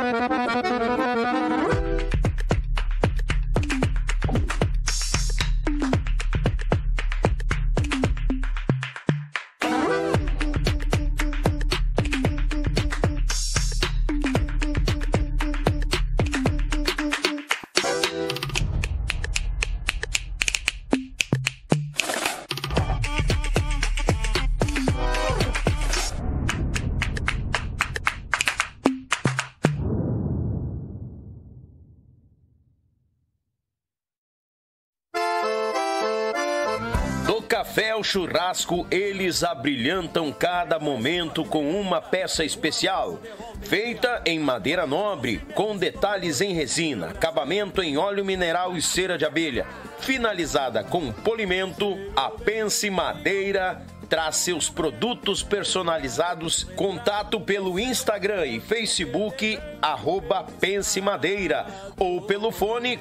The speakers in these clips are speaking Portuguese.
Café ao churrasco, eles abrilhantam cada momento com uma peça especial, feita em madeira nobre, com detalhes em resina, acabamento em óleo mineral e cera de abelha, finalizada com polimento. A Pense Madeira traz seus produtos personalizados. Contato pelo Instagram e Facebook @Pense Madeira ou pelo fone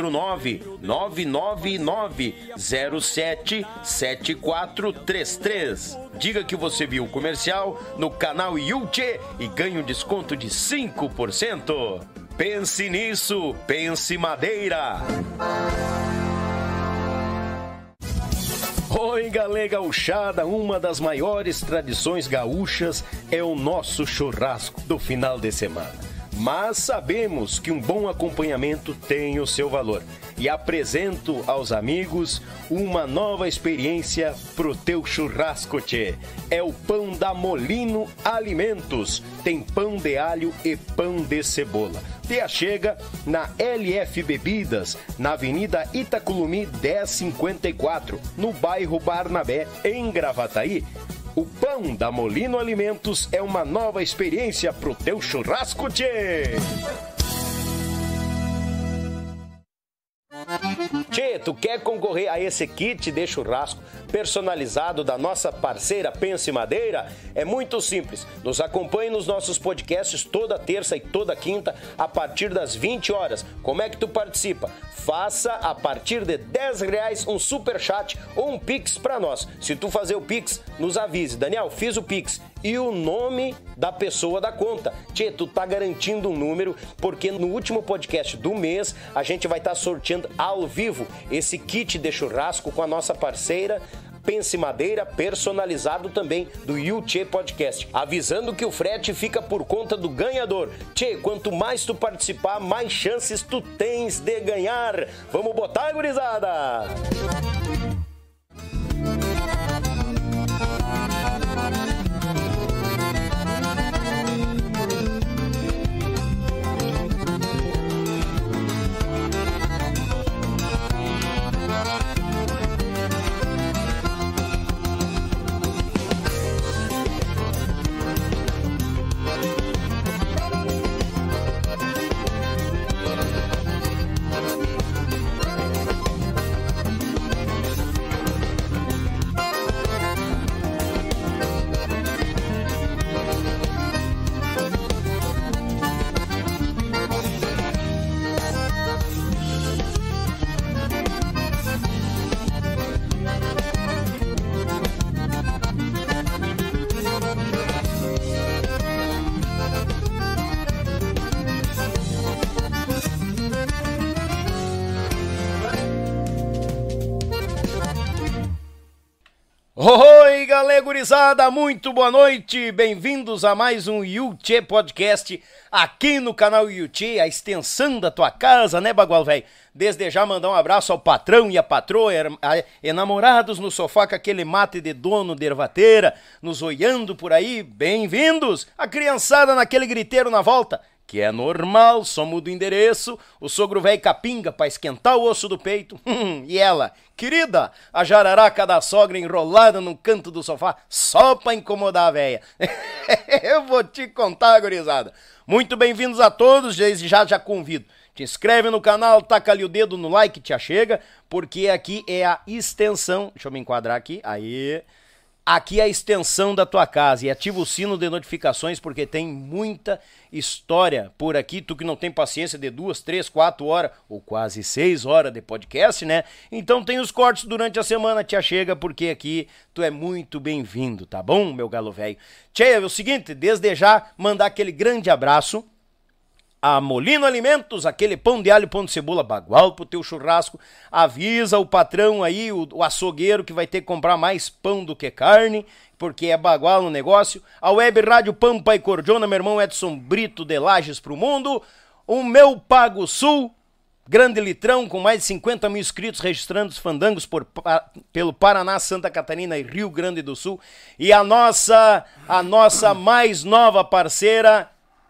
49999077433. Diga que você viu o comercial no canal Yuchê e ganhe um desconto de 5%. Pense nisso, Pense Madeira. Oi, galera gauchada, uma das maiores tradições gaúchas é o nosso churrasco do final de semana. Mas sabemos que um bom acompanhamento tem o seu valor. E apresento aos amigos uma nova experiência pro teu churrasco, tchê. É o pão da Molino Alimentos. Tem pão de alho e pão de cebola. Te achega na LF Bebidas, na Avenida Itaculumi 1054, no bairro Barnabé, em Gravataí. O pão da Molino Alimentos é uma nova experiência pro teu churrasco, tchê! Tchê, tu quer concorrer a esse kit de churrasco personalizado da nossa parceira Pense Madeira? É muito simples. Nos acompanhe nos nossos podcasts toda terça e toda quinta a partir das 20 horas. Como é que tu participa? Faça a partir de R$10 um superchat ou um Pix para nós. Se tu fazer o Pix, nos avise. Daniel, fiz o Pix. E o nome da pessoa da conta. Tchê, tu tá garantindo um número, porque no último podcast do mês a gente vai estar sorteando ao vivo esse kit de churrasco com a nossa parceira Pense Madeira, personalizado também do Yuchê Podcast. Avisando que o frete fica por conta do ganhador. Tchê, quanto mais tu participar, mais chances tu tens de ganhar. Vamos botar, gurizada! Oi, galera gurizada, muito boa noite, bem-vindos a mais um Yuchê Podcast aqui no canal Yuchê, a extensão da tua casa, né, bagual velho? Desde já mandar um abraço ao patrão e a patroa, enamorados no sofá com aquele mate de dono de ervateira, nos olhando por aí, bem-vindos! A criançada naquele griteiro na volta, que é normal, só muda o endereço, o sogro velho capinga pra esquentar o osso do peito, e ela, querida, a jararaca da sogra enrolada no canto do sofá, só pra incomodar a véia. Eu vou te contar, gurizada. Muito bem-vindos a todos, desde já convido. Te inscreve no canal, taca ali o dedo no like, te achega, porque aqui é a extensão, deixa eu me enquadrar aqui, aí... Aqui é a extensão da tua casa e ativa o sino de notificações porque tem muita história por aqui. Tu que não tem paciência de 2, 3, 4 horas ou quase 6 horas de podcast, né? Então tem os cortes durante a semana, te achega porque aqui tu é muito bem-vindo, tá bom, meu galo velho? Tchê, é o seguinte, desde já mandar aquele grande abraço A Molino Alimentos, aquele pão de alho, pão de cebola bagual pro teu churrasco. Avisa o patrão aí, o açougueiro, que vai ter que comprar mais pão do que carne, porque é bagual no negócio. A Web Rádio Pampa e Cordiona, meu irmão Edson Brito de Lages pro mundo. O Meu Pago Sul, grande litrão com mais de 50 mil inscritos registrando os fandangos pelo Paraná, Santa Catarina e Rio Grande do Sul. E a nossa mais nova parceira,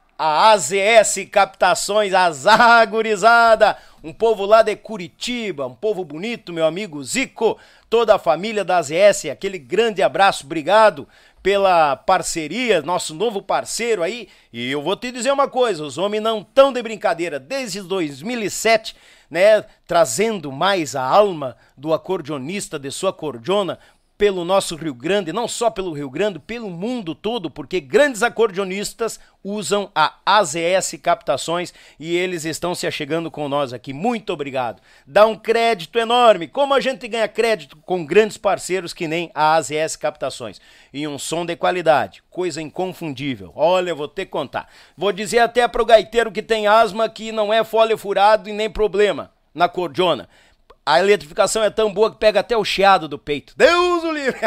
a AZS Captações, a Zagurizada, um povo lá de Curitiba, um povo bonito, meu amigo Zico, toda a família da AZS, aquele grande abraço, obrigado pela parceria, nosso novo parceiro aí. E eu vou te dizer uma coisa, os homens não estão de brincadeira, desde 2007, né, trazendo mais a alma do acordeonista de sua cordiona pelo nosso Rio Grande, não só pelo Rio Grande, pelo mundo todo, porque grandes acordeonistas usam a AZS Captações e eles estão se achegando com nós aqui. Muito obrigado. Dá um crédito enorme. Como a gente ganha crédito com grandes parceiros que nem a AZS Captações. E um som de qualidade, coisa inconfundível. Olha, eu vou ter que contar. Vou dizer até pro gaiteiro que tem asma que não é fole furado e nem problema na cordiona. A eletrificação é tão boa que pega até o chiado do peito. Deus o livre!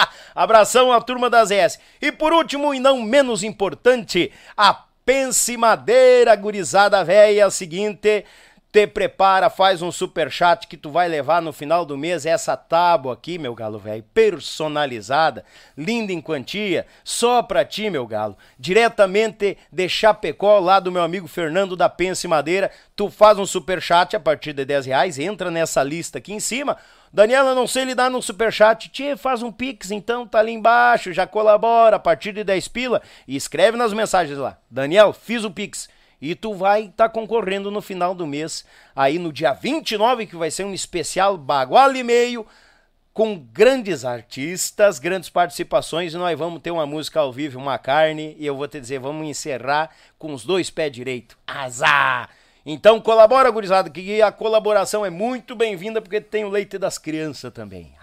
Abração à turma da AZS. E por último, e não menos importante, a Pense Madeira, gurizada véia. É o seguinte, te prepara, faz um superchat que tu vai levar no final do mês essa tábua aqui, meu galo velho, personalizada, linda em quantia, só pra ti, meu galo, diretamente de Chapecó, lá do meu amigo Fernando da Pense Madeira. Tu faz um superchat a partir de R$10, entra nessa lista aqui em cima. Daniela, eu não sei lidar no superchat. Tchê, faz um pix, então tá ali embaixo, já colabora a partir de 10 pila e escreve nas mensagens lá. Daniel, fiz o pix. E tu vai estar concorrendo no final do mês, aí no dia 29, que vai ser um especial Bagual e Meio, com grandes artistas, grandes participações, e nós vamos ter uma música ao vivo, uma carne, e eu vou te dizer, vamos encerrar com os dois pés direitos. Azar! Então colabora, gurizada, que a colaboração é muito bem-vinda, porque tem o leite das crianças também.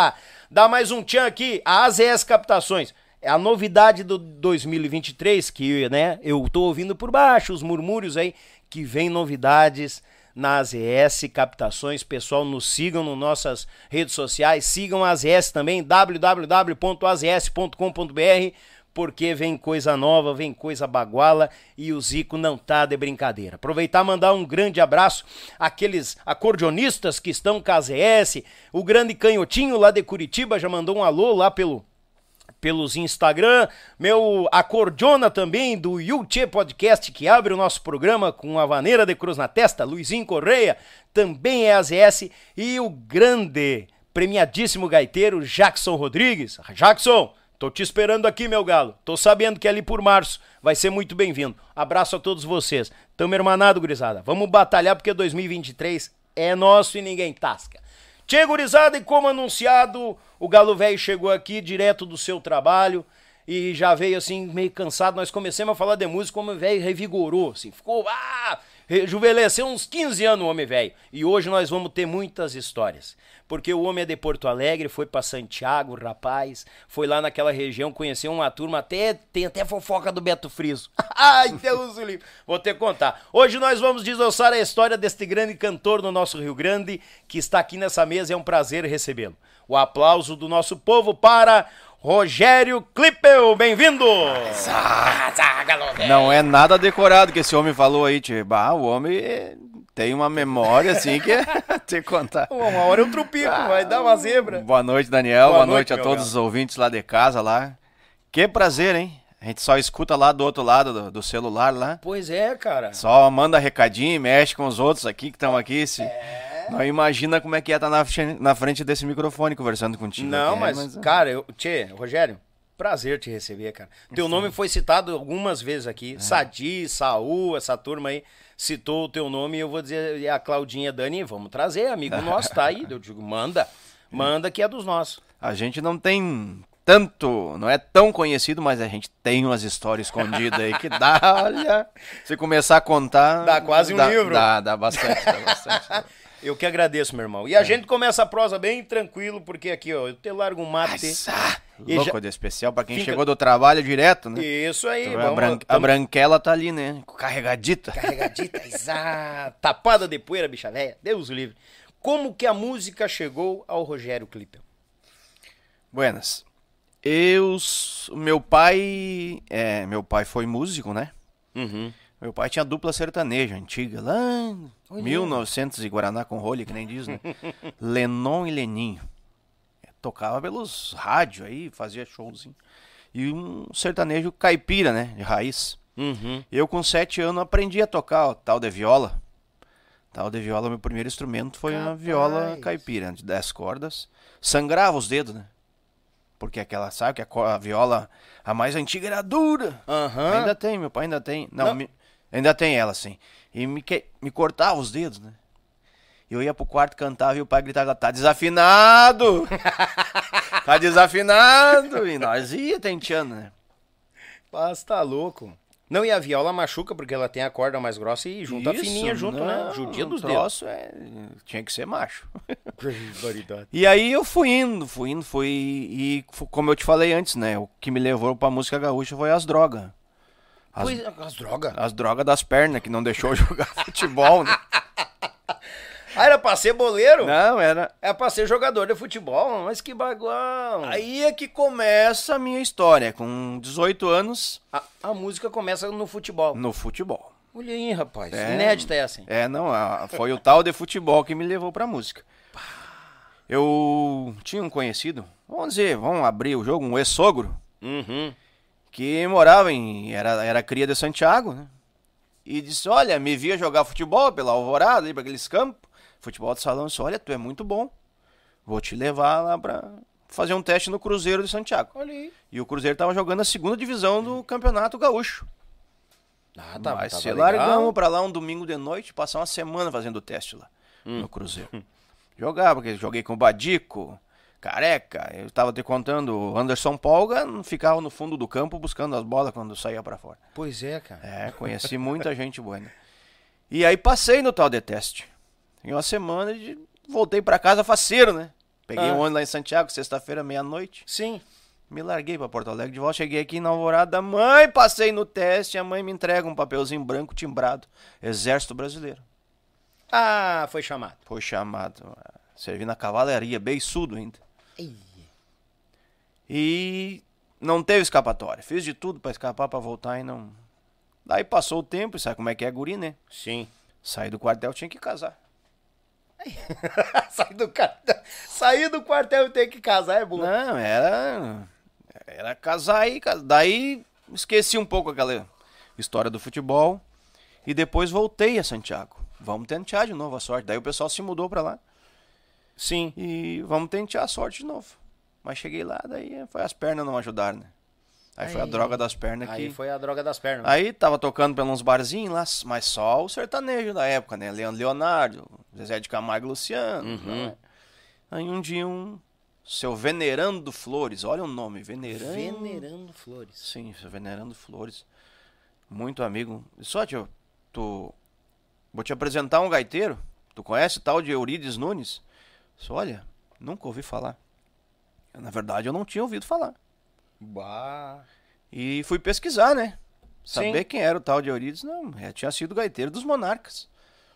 Dá mais um tchan aqui, a AZS Captações. É a novidade do 2023, que, né, eu tô ouvindo por baixo, os murmúrios aí, que vem novidades na AZS Captações. Pessoal, nos sigam nas nossas redes sociais, sigam a AZS também, www.azs.com.br, porque vem coisa nova, vem coisa baguala e o Zico não tá de brincadeira. Aproveitar e mandar um grande abraço àqueles acordeonistas que estão com a AZS, o grande Canhotinho lá de Curitiba já mandou um alô lá pelos Instagram, meu acordeona também do Yuchê Podcast, que abre o nosso programa com a vaneira de cruz na testa, Luizinho Correia, também é AZS, e o grande, premiadíssimo gaiteiro Jackson Rodrigues. Jackson, tô te esperando aqui, meu galo, tô sabendo que é ali por março, vai ser muito bem-vindo. Abraço a todos vocês, tamo hermanado, gurizada, vamos batalhar porque 2023 é nosso e ninguém tasca. Tchê, gurizada, e como anunciado, o Galo Velho chegou aqui direto do seu trabalho e já veio assim meio cansado. Nós começamos a falar de música, como o velho revigorou, assim, ficou, rejuvenesceu uns 15 anos o homem velho. E hoje nós vamos ter muitas histórias, porque o homem é de Porto Alegre, foi pra Santiago, rapaz, foi lá naquela região, conheceu uma turma, tem até fofoca do Beto Friso. Ai, Deus do livro, vou ter que contar. Hoje nós vamos desossar a história deste grande cantor do nosso Rio Grande, que está aqui nessa mesa, é um prazer recebê-lo. O aplauso do nosso povo para Rogério Klippel, bem-vindo! Não é nada decorado que esse homem falou aí, tio. O homem tem uma memória assim que te contar. Uma hora eu trupico, vai dar uma zebra. Boa noite, Daniel. Boa noite a todos os ouvintes lá de casa lá. Que prazer, hein? A gente só escuta lá do outro lado do celular lá. Pois é, cara. Só manda recadinho, mexe com os outros aqui que estão aqui. Não imagina como é que é estar na frente desse microfone conversando contigo. Não, mas cara, Rogério, prazer te receber, cara. Teu nome foi citado algumas vezes aqui. Sadi, Saul, essa turma aí citou o teu nome e eu vou dizer a Claudinha, Dani, vamos trazer, amigo nosso, tá aí. Eu digo, manda que é dos nossos. A gente não tem tanto, não é tão conhecido, mas a gente tem umas histórias escondidas aí que dá, olha, se começar a contar... Dá quase um livro. Dá bastante. Eu que agradeço, meu irmão. E a gente começa a prosa bem tranquilo, porque aqui, ó, eu te largo um mate Louco de especial pra quem chegou do trabalho direto, né? Isso aí. Então, a branquela tá ali, né? Carregadita. Carregadita, exato. Tapada de poeira, bicha véia. Deus o livre. Como que a música chegou ao Rogério Klippel? Buenas. Meu pai foi músico, né? Uhum. Meu pai tinha dupla sertaneja antiga, lá em 1900 e Guaraná com rolha, que nem diz, né? Lenon e Leninho. Tocava pelos rádios aí, fazia showzinho. E um sertanejo caipira, né? De raiz. Uhum. Eu com 7 anos aprendi a tocar o tal de viola. Tal de viola, meu primeiro instrumento foi a viola caipira, de 10 cordas. Sangrava os dedos, né? Porque aquela, sabe que a viola, a mais antiga era dura. Uhum. Ainda tem, meu pai ainda tem. Não. Ainda tem ela, sim. E me cortava os dedos, né? Eu ia pro quarto, cantava e o pai gritava, tá desafinado! Tá desafinado! E nós ia tenteando, né? Mas tá louco. Não, e a viola machuca porque ela tem a corda mais grossa e junta a fininha junto, né? Judia dos dedos. Tinha que ser macho. Barbaridade. E aí eu fui indo. E como eu te falei antes, né? O que me levou pra música gaúcha foi as drogas. As drogas? As drogas das pernas, que não deixou eu jogar futebol, né? Ah, era pra ser boleiro? Não, era pra ser jogador de futebol, mas que bagual. Aí é que começa a minha história. Com 18 anos... A música começa no futebol. No futebol. Olha aí, rapaz. Inédita essa, hein? Não, foi o tal de futebol que me levou pra música. Eu tinha um conhecido, vamos abrir o jogo, um ex-sogro, que morava era cria de Santiago, né? E disse, olha, me via jogar futebol pela Alvorada, ali pra aqueles campos, futebol de salão, disse, olha, tu é muito bom, vou te levar lá pra fazer um teste no Cruzeiro de Santiago. Olha aí. E o Cruzeiro tava jogando a 2ª divisão do Campeonato Gaúcho. Mas se largamos pra lá um domingo de noite, passar uma semana fazendo o teste lá, no Cruzeiro. Jogava, porque joguei com o Badico, Careca, eu tava te contando, o Anderson Polga ficava no fundo do campo buscando as bolas quando saía pra fora. Pois é, cara. Conheci muita gente boa. E aí passei no tal de teste. Em uma semana voltei pra casa faceiro, né? Peguei um ônibus lá em Santiago, sexta-feira, meia-noite. Sim. Me larguei pra Porto Alegre de volta, cheguei aqui na Alvorada, mãe, passei no teste, a mãe me entrega um papelzinho branco timbrado, Exército Brasileiro. Ah, foi chamado. Foi chamado. Servi na cavalaria, beiçudo ainda. E não teve escapatória. Fiz de tudo pra escapar, pra voltar e não... Daí passou o tempo, e sabe como é que é guri, né? Sim. Saí do quartel, tinha que casar. Sair do quartel e ter que casar é bom. Não, era casar e casar. Daí esqueci um pouco aquela história do futebol e depois voltei a Santiago. Vamos tentar de novo a sorte. Daí o pessoal se mudou pra lá. Sim. E vamos tentar a sorte de novo. Mas cheguei lá, daí foi as pernas não ajudaram, né? Aí foi a droga das pernas que... Aí foi a droga das pernas. Aí tava tocando pelos barzinhos lá, mas só o sertanejo da época, né? Leandro Leonardo, Zezé de Camargo e Luciano. Né? Aí um dia seu Venerando Flores, olha o nome, Venerando Flores. Sim, seu Venerando Flores. Muito amigo. Só, tio, vou te apresentar um gaiteiro. Tu conhece o tal de Eurides Nunes? Só, olha, nunca ouvi falar. Na verdade, eu não tinha ouvido falar. Bah. E fui pesquisar, né? Saber Sim. quem era o tal de Eurides. Não, tinha sido gaiteiro dos Monarcas.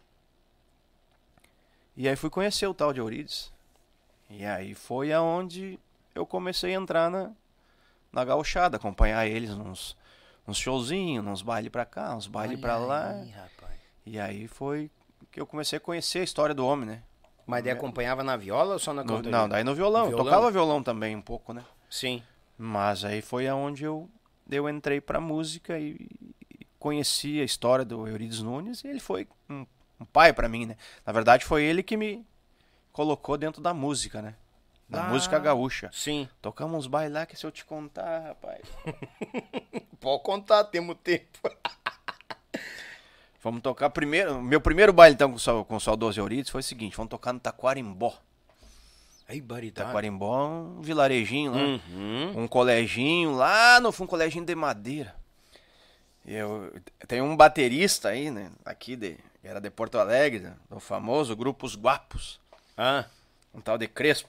E aí fui conhecer o tal de Eurides. E aí foi aonde eu comecei a entrar na gauchada, acompanhar eles nos showzinhos, nos bailes pra cá, uns bailes pra lá. Aí, rapaz. E aí foi que eu comecei a conhecer a história do homem, né? Mas daí acompanhava na viola ou só na cantoria? Não, daí no violão. Eu tocava violão também um pouco, né? Sim. Mas aí foi aonde eu entrei pra música e conheci a história do Eurides Nunes e ele foi um pai pra mim, né? Na verdade foi ele que me colocou dentro da música, né? Da música gaúcha. Sim. Tocamos uns bailes lá que se eu te contar, rapaz... Pode contar, temos tempo. Vamos tocar primeiro... Meu primeiro baile então com o saudoso Eurides foi o seguinte, vamos tocar no Taquarimbó. Aí, baridade. Taquarimbó, um vilarejinho lá, um coleginho lá no fundo, um coleginho de madeira. Tem um baterista aí, né, aqui, que era de Porto Alegre, o famoso grupo Os Guapos. Um tal de Crespo.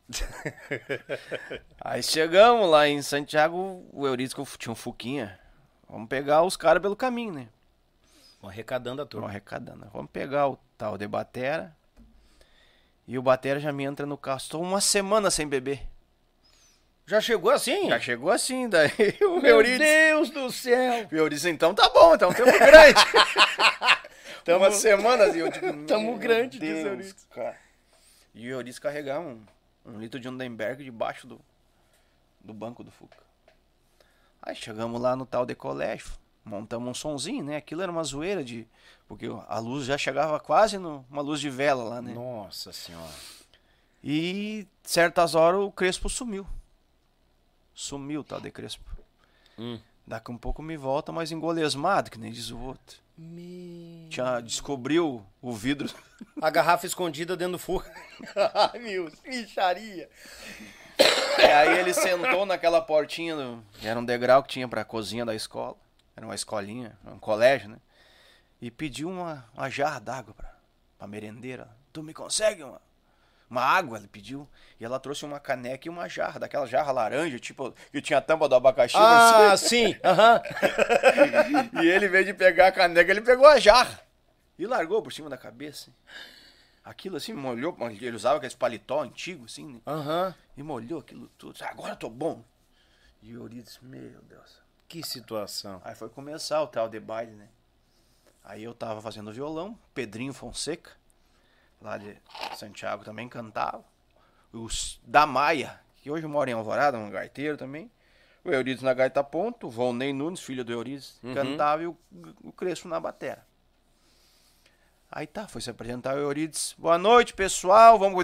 Aí chegamos lá em Santiago, o Euridice tinha um Fuquinha. Vamos pegar os caras pelo caminho, né? Vamos arrecadando a turma. Vamos arrecadando. Vamos pegar o tal de Batera. E o Batera já me entra no carro. Estou uma semana sem beber. Já chegou assim? Já chegou assim, daí o Meu Euridice... Deus do céu! O Euridice, então tá bom, então tempo grande. Uma semana assim, eu digo, tamo grande, diz o Deus, Euridice. cara. E o Euridice carregar um litro de Undenberg debaixo do banco do Fuca. Aí chegamos lá no tal de colégio, montamos um sonzinho, né? Aquilo era uma zoeira porque a luz já chegava quase numa luz de vela lá, né? Nossa senhora. E certas horas o Crespo sumiu. Sumiu o tal de Crespo. Daqui um pouco me volta, mas engolesmado, que nem diz o outro. Já descobriu o vidro. A garrafa escondida dentro do fogo. Ai, meu, micharia. Aí ele sentou naquela portinha, era um degrau que tinha pra cozinha da escola. Era uma escolinha, um colégio, né? E pediu uma jarra d'água pra merendeira. Tu me consegue uma água? Ele pediu. E ela trouxe uma caneca e uma jarra, daquela jarra laranja, tipo, que tinha a tampa do abacaxi. Ah, sim, aham. E ele, em vez de pegar a caneca, ele pegou a jarra. E largou por cima da cabeça. Aquilo assim, molhou, ele usava aquele paletó antigo, assim, né? Aham. E molhou aquilo tudo. Agora eu tô bom. E o Euridice, meu Deus. Que situação. Aí foi começar o tal de baile, né? Aí eu tava fazendo violão, Pedrinho Fonseca, lá de Santiago, também cantava. Os da Maia, que hoje mora em Alvorada, um gaiteiro também. O Euridice na gaita ponto, o Volney Nunes, filho do Euridice, cantava e o Crespo na batera. Aí tá, foi se apresentar o Euridice. Boa noite, pessoal, vamos...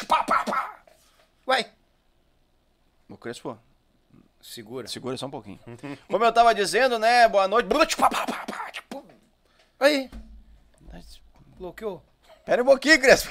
Ué. O Crespo, Segura. segura só um pouquinho. Como eu tava dizendo, né, boa noite... Aí. Bloqueou. Pera um pouquinho, Crespo.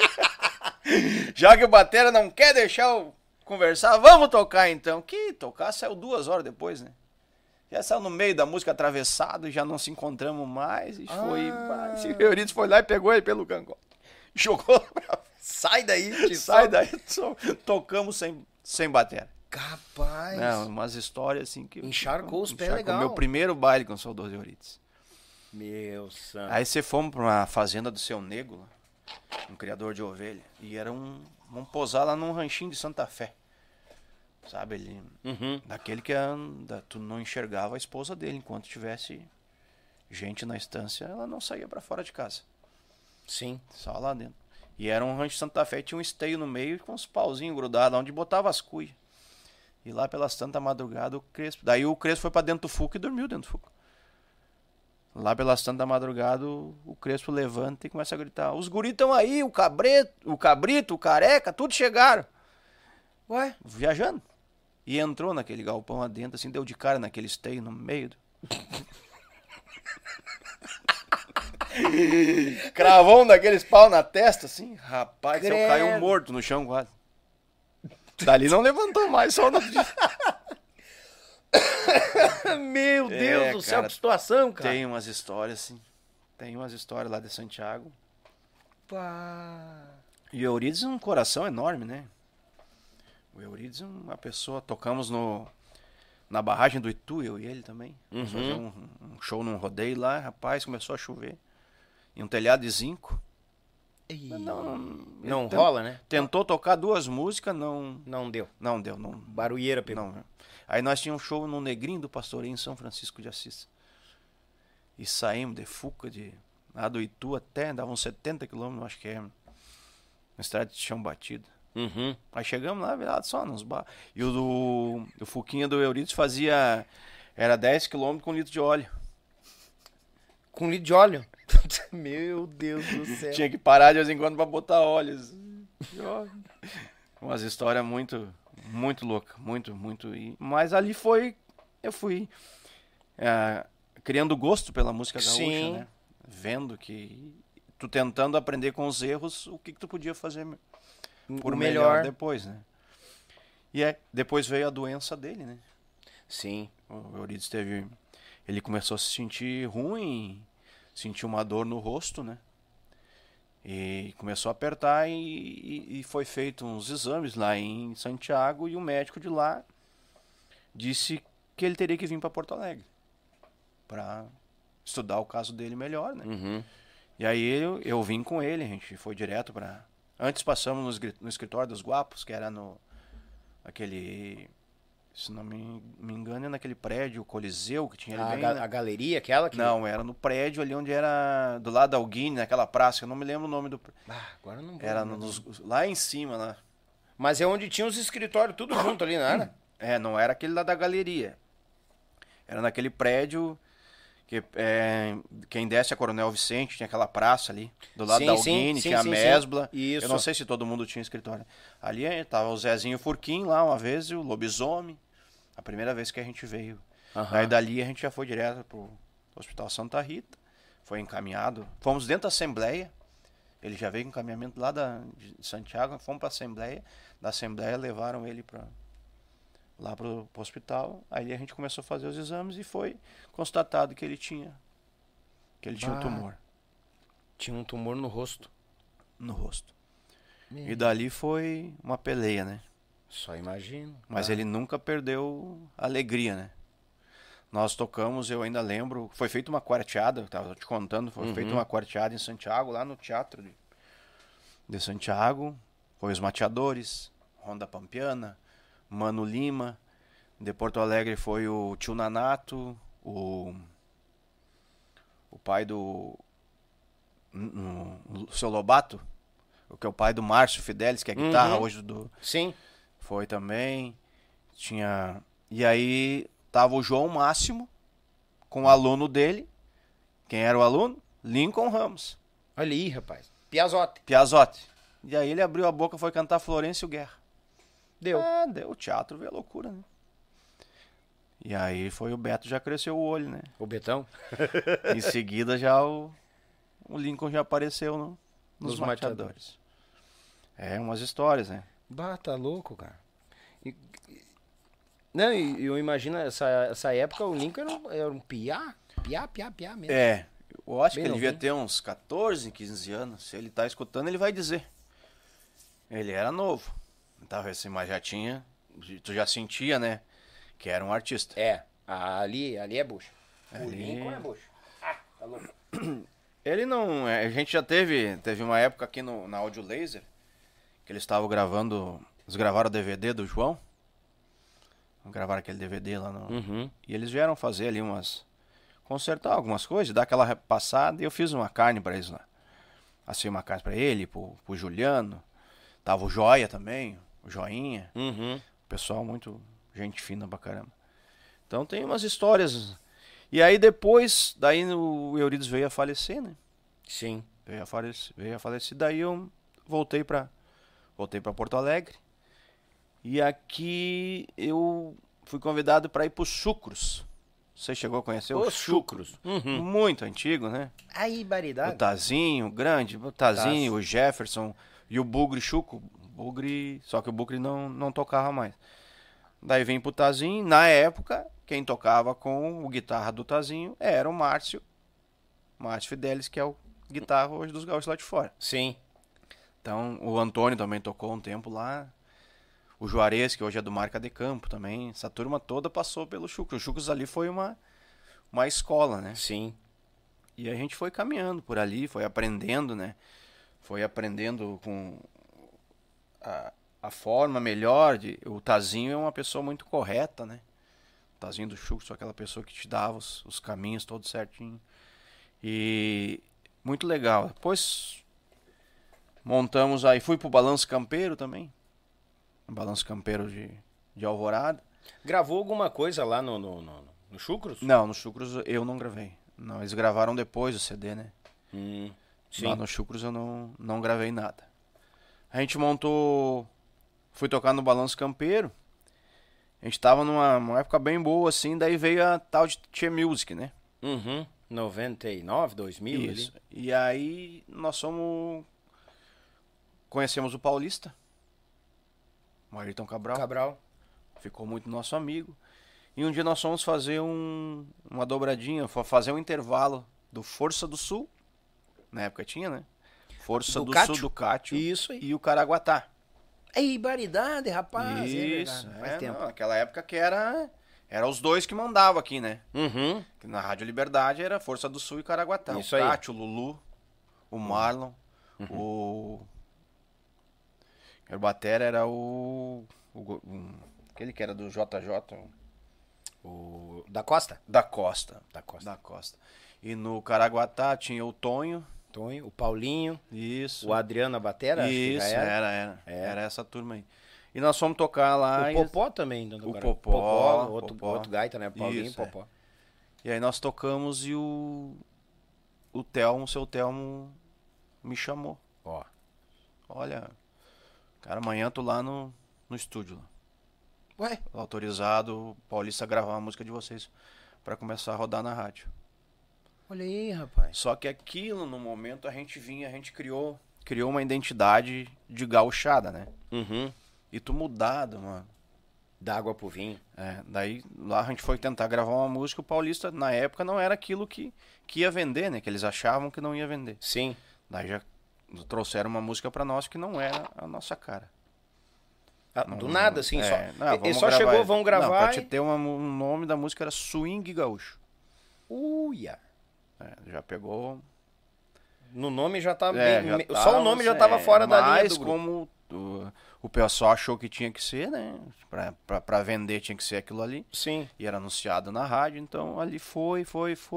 Já que o batera não quer deixar eu conversar, vamos tocar então. Que tocar saiu 2 horas depois, né? Já saiu no meio da música atravessado, já não se encontramos mais. E foi. O Euridice foi lá e pegou ele pelo cangote. Jogou pra... Sai daí, Sai daí, tocamos sem batera. Capaz. Não, umas histórias assim que... Encharcou os pés legal. Meu primeiro baile com o saudoso Euridice. Meu santo. Aí você fomos pra uma fazenda do Seu Nego, lá, um criador de ovelha. E era vamos posar lá num ranchinho de Santa Fé. Sabe, ele... Daquele que tu não enxergava a esposa dele. Enquanto tivesse gente na estância, ela não saía pra fora de casa. Sim. Só lá dentro. E era um rancho de Santa Fé, tinha um esteio no meio com uns pauzinhos grudados, onde botava as cuias. E lá pelas tantas madrugadas, o Crespo... Daí o Crespo foi pra dentro do Fuca e dormiu dentro do Fuca. Lá pelas tantas da madrugada, o Crespo levanta e começa a gritar: os guris estão aí, o cabrito, o careca, tudo chegaram. Ué, viajando. E entrou naquele galpão lá dentro, assim, deu de cara naquele esteio no meio. Cravou um daqueles pau na testa, assim. Rapaz, eu caiu morto no chão quase. Dali não levantou mais, só no... Meu Deus do céu, que situação, cara. Tem umas histórias, assim. Tem umas histórias lá de Santiago. Pá. E o Euridice é um coração enorme, né? O Euridice é uma pessoa... Tocamos na barragem do Itu, eu e ele também. Fazer um show num rodeio lá, rapaz, começou a chover. E um telhado de zinco. Não rola, né? Tentou tocar 2 músicas, não... Não deu. Não deu, não. Barulheira pegou. Não. Aí nós tínhamos um show no Negrinho do Pastorinho, em São Francisco de Assis. E saímos de Fuca, lá do Itu até, dava uns 70 quilômetros, acho que é. Uma estrada de chão batido. Aí chegamos lá, virado só nos bar. E o Fuquinha do Euridice fazia... Era 10 quilômetros com 1 litro de óleo. Com 1 litro de óleo? Meu Deus do céu. Tinha que parar de vez em quando pra botar óleo. Umas histórias muito loucas. Muito. Mas ali eu fui criando gosto pela música gaúcha, sim, né? Vendo que... Tu tentando aprender com os erros, o que tu podia fazer por melhor depois, né? E depois veio a doença dele, né? Sim. O Euridice ele começou a se sentir ruim, sentiu uma dor no rosto, né? E começou a apertar e foi feito uns exames lá em Santiago e o médico de lá disse que ele teria que vir para Porto Alegre para estudar o caso dele melhor, né? Uhum. E aí eu vim com ele, a gente foi direto para... Antes passamos no escritório dos Guapos, que era no... aquele... Se não me engano, é naquele prédio, Coliseu, que tinha ali bem... A galeria, aquela que... Não, era no prédio ali onde era... Do lado da Alguine, naquela praça, eu não me lembro o nome do... agora não vou Era lembrar. lá em cima, lá. Mas é onde tinha os escritórios tudo junto ali, não era? Não era aquele lá da galeria. Era naquele prédio que quem desce a Coronel Vicente, tinha aquela praça ali, do lado da Alguine, tinha a Mesbla. Isso. Eu não sei se todo mundo tinha escritório. Ali tava o Zezinho Furquim lá uma vez, e o Lobisomem. A primeira vez que a gente veio. Aí dali a gente já foi direto pro Hospital Santa Rita. Foi encaminhado. Fomos dentro da Assembleia. Ele já veio com encaminhamento lá de Santiago. Fomos pra Assembleia. Da Assembleia levaram ele lá pro hospital. Aí a gente começou a fazer os exames e foi constatado que ele tinha um tumor. Tinha um tumor no rosto. No rosto. E dali foi uma peleia, né? Só imagino. Mas ele nunca perdeu a alegria, né? Nós tocamos, eu ainda lembro, foi feita uma quarteada, eu tava te contando, foi feita uma quarteada em Santiago, lá no Teatro de Santiago. Foi os Mateadores, Ronda Pampiana, Mano Lima. De Porto Alegre foi o Tio Nanato, o pai do... o seu Lobato, que é o pai do Márcio Fidelis, que é a guitarra hoje do... Sim. Foi também. Tinha... E aí tava o João Máximo com o aluno dele. Quem era o aluno? Lincoln Ramos. Olha aí, rapaz. Piazote. E aí ele abriu a boca e foi cantar Florencio Guerra. Deu. Deu. O teatro veio a loucura, né? E aí foi o Beto, já cresceu o olho, né? O Betão. Em seguida já o Lincoln já apareceu nos Mateadores. Umas histórias, né? Tá louco, cara. Não, eu imagino essa época o Lincoln era um piá mesmo. Eu acho Bem que ele devia novinho. ter uns 14, 15 anos. Se ele tá escutando, ele vai dizer. Ele era novo. Então, assim, mas já tinha... Tu já sentia, né? Que era um artista. Ali é bucho. O Ali- Lincoln é bucho. Tá louco. Ele não... A gente já teve uma época aqui na Audio Laser, que eles estavam gravando... Eles gravaram o DVD do João. Gravaram aquele DVD lá no... E eles vieram fazer ali consertar algumas coisas, dar aquela repassada, e eu fiz uma carne pra eles lá. Assei uma carne pra ele, pro Juliano. Tava o Joia também, o Joinha. Pessoal muito gente fina pra caramba. Então tem umas histórias. E aí depois, daí o Eurides veio a falecer, né? Sim. Veio a falecer, daí eu voltei pra Porto Alegre. E aqui eu fui convidado para ir para os Chucros. Você chegou a conhecer Os Chucros. Muito antigo, né? Aí, O baridade. Tazinho, grande, o Tazinho, o Jefferson e o Bugre Chuco. Só que o Bugre não tocava mais. Daí vim pro Tazinho. Na época, quem tocava com o guitarra do Tazinho era o Márcio Fidelis, que é o guitarra hoje dos Gaúchos lá de fora. Sim. Então, o Antônio também tocou um tempo lá. O Juarez, que hoje é do Marca de Campo também. Essa turma toda passou pelo Chucros. O Chucros ali foi uma escola, né? Sim. E a gente foi caminhando por ali, foi aprendendo, né? Foi aprendendo com a forma melhor de... O Tazinho é uma pessoa muito correta, né? O Tazinho do Chucros é aquela pessoa que te dava os caminhos todos certinho. E muito legal. Depois montamos aí, fui pro Balanço Campeiro também. Balanço Campeiro de Alvorada. Gravou alguma coisa lá no Chucros? Não, no Chucros eu não gravei. Não, eles gravaram depois o CD, né? Sim. Lá no Chucros eu não gravei nada. A gente montou... Fui tocar no Balanço Campeiro. A gente tava numa época bem boa, assim, daí veio a tal de Tchê Music, né? 99, 2000 Isso. ali. E aí nós conhecemos o Paulista. O Ayrton Cabral. Ficou muito nosso amigo. E um dia nós fomos fazer uma dobradinha, fazer um intervalo do Força do Sul. Na época tinha, né? Força do Ducátio. Sul, Ducátio. Isso aí. E o Caraguatá. É baridade, rapaz. Isso, Faz tempo. não, naquela época que era os dois que mandavam aqui, né? Uhum. Que na Rádio Liberdade era Força do Sul e Caraguatá. Isso o aí. Cátio, o Lulu, o Marlon, o batera era aquele que era do JJ, O da Costa? da Costa. Da Costa. Da Costa. E no Caraguatá tinha o Tonho. Tonho, o Paulinho, Isso. o Adriano a batera, acho que já Isso, era. era essa turma aí. E nós fomos tocar lá. O Popó também. O Popó. Outro gaita, né? Paulinho e Isso, Popó. E aí nós tocamos e o Telmo, o seu Telmo, me chamou. Ó. Olha, cara, amanhã tô lá no estúdio. Lá. Ué? Autorizado, o Paulista, a gravar a música de vocês pra começar a rodar na rádio. Olha aí, rapaz. Só que aquilo, no momento, a gente criou uma identidade de gauchada, né? Uhum. E tu mudado, mano. Da água pro vinho. Daí lá a gente foi tentar gravar uma música, o Paulista na época não era aquilo que ia vender, né? Que eles achavam que não ia vender. Sim. Daí já trouxeram uma música pra nós que não era a nossa cara. Do nada, assim, só. Ele só gravar chegou, isso. vamos gravar. Não, pra te ter um nome da música era Swing Gaúcho. Uia. Já pegou. No nome já tá Já bem. Só o nome já tava fora da linha do grupo. Mas como o pessoal achou que tinha que ser, né? Pra vender tinha que ser aquilo ali. Sim. E era anunciado na rádio, então ali foi.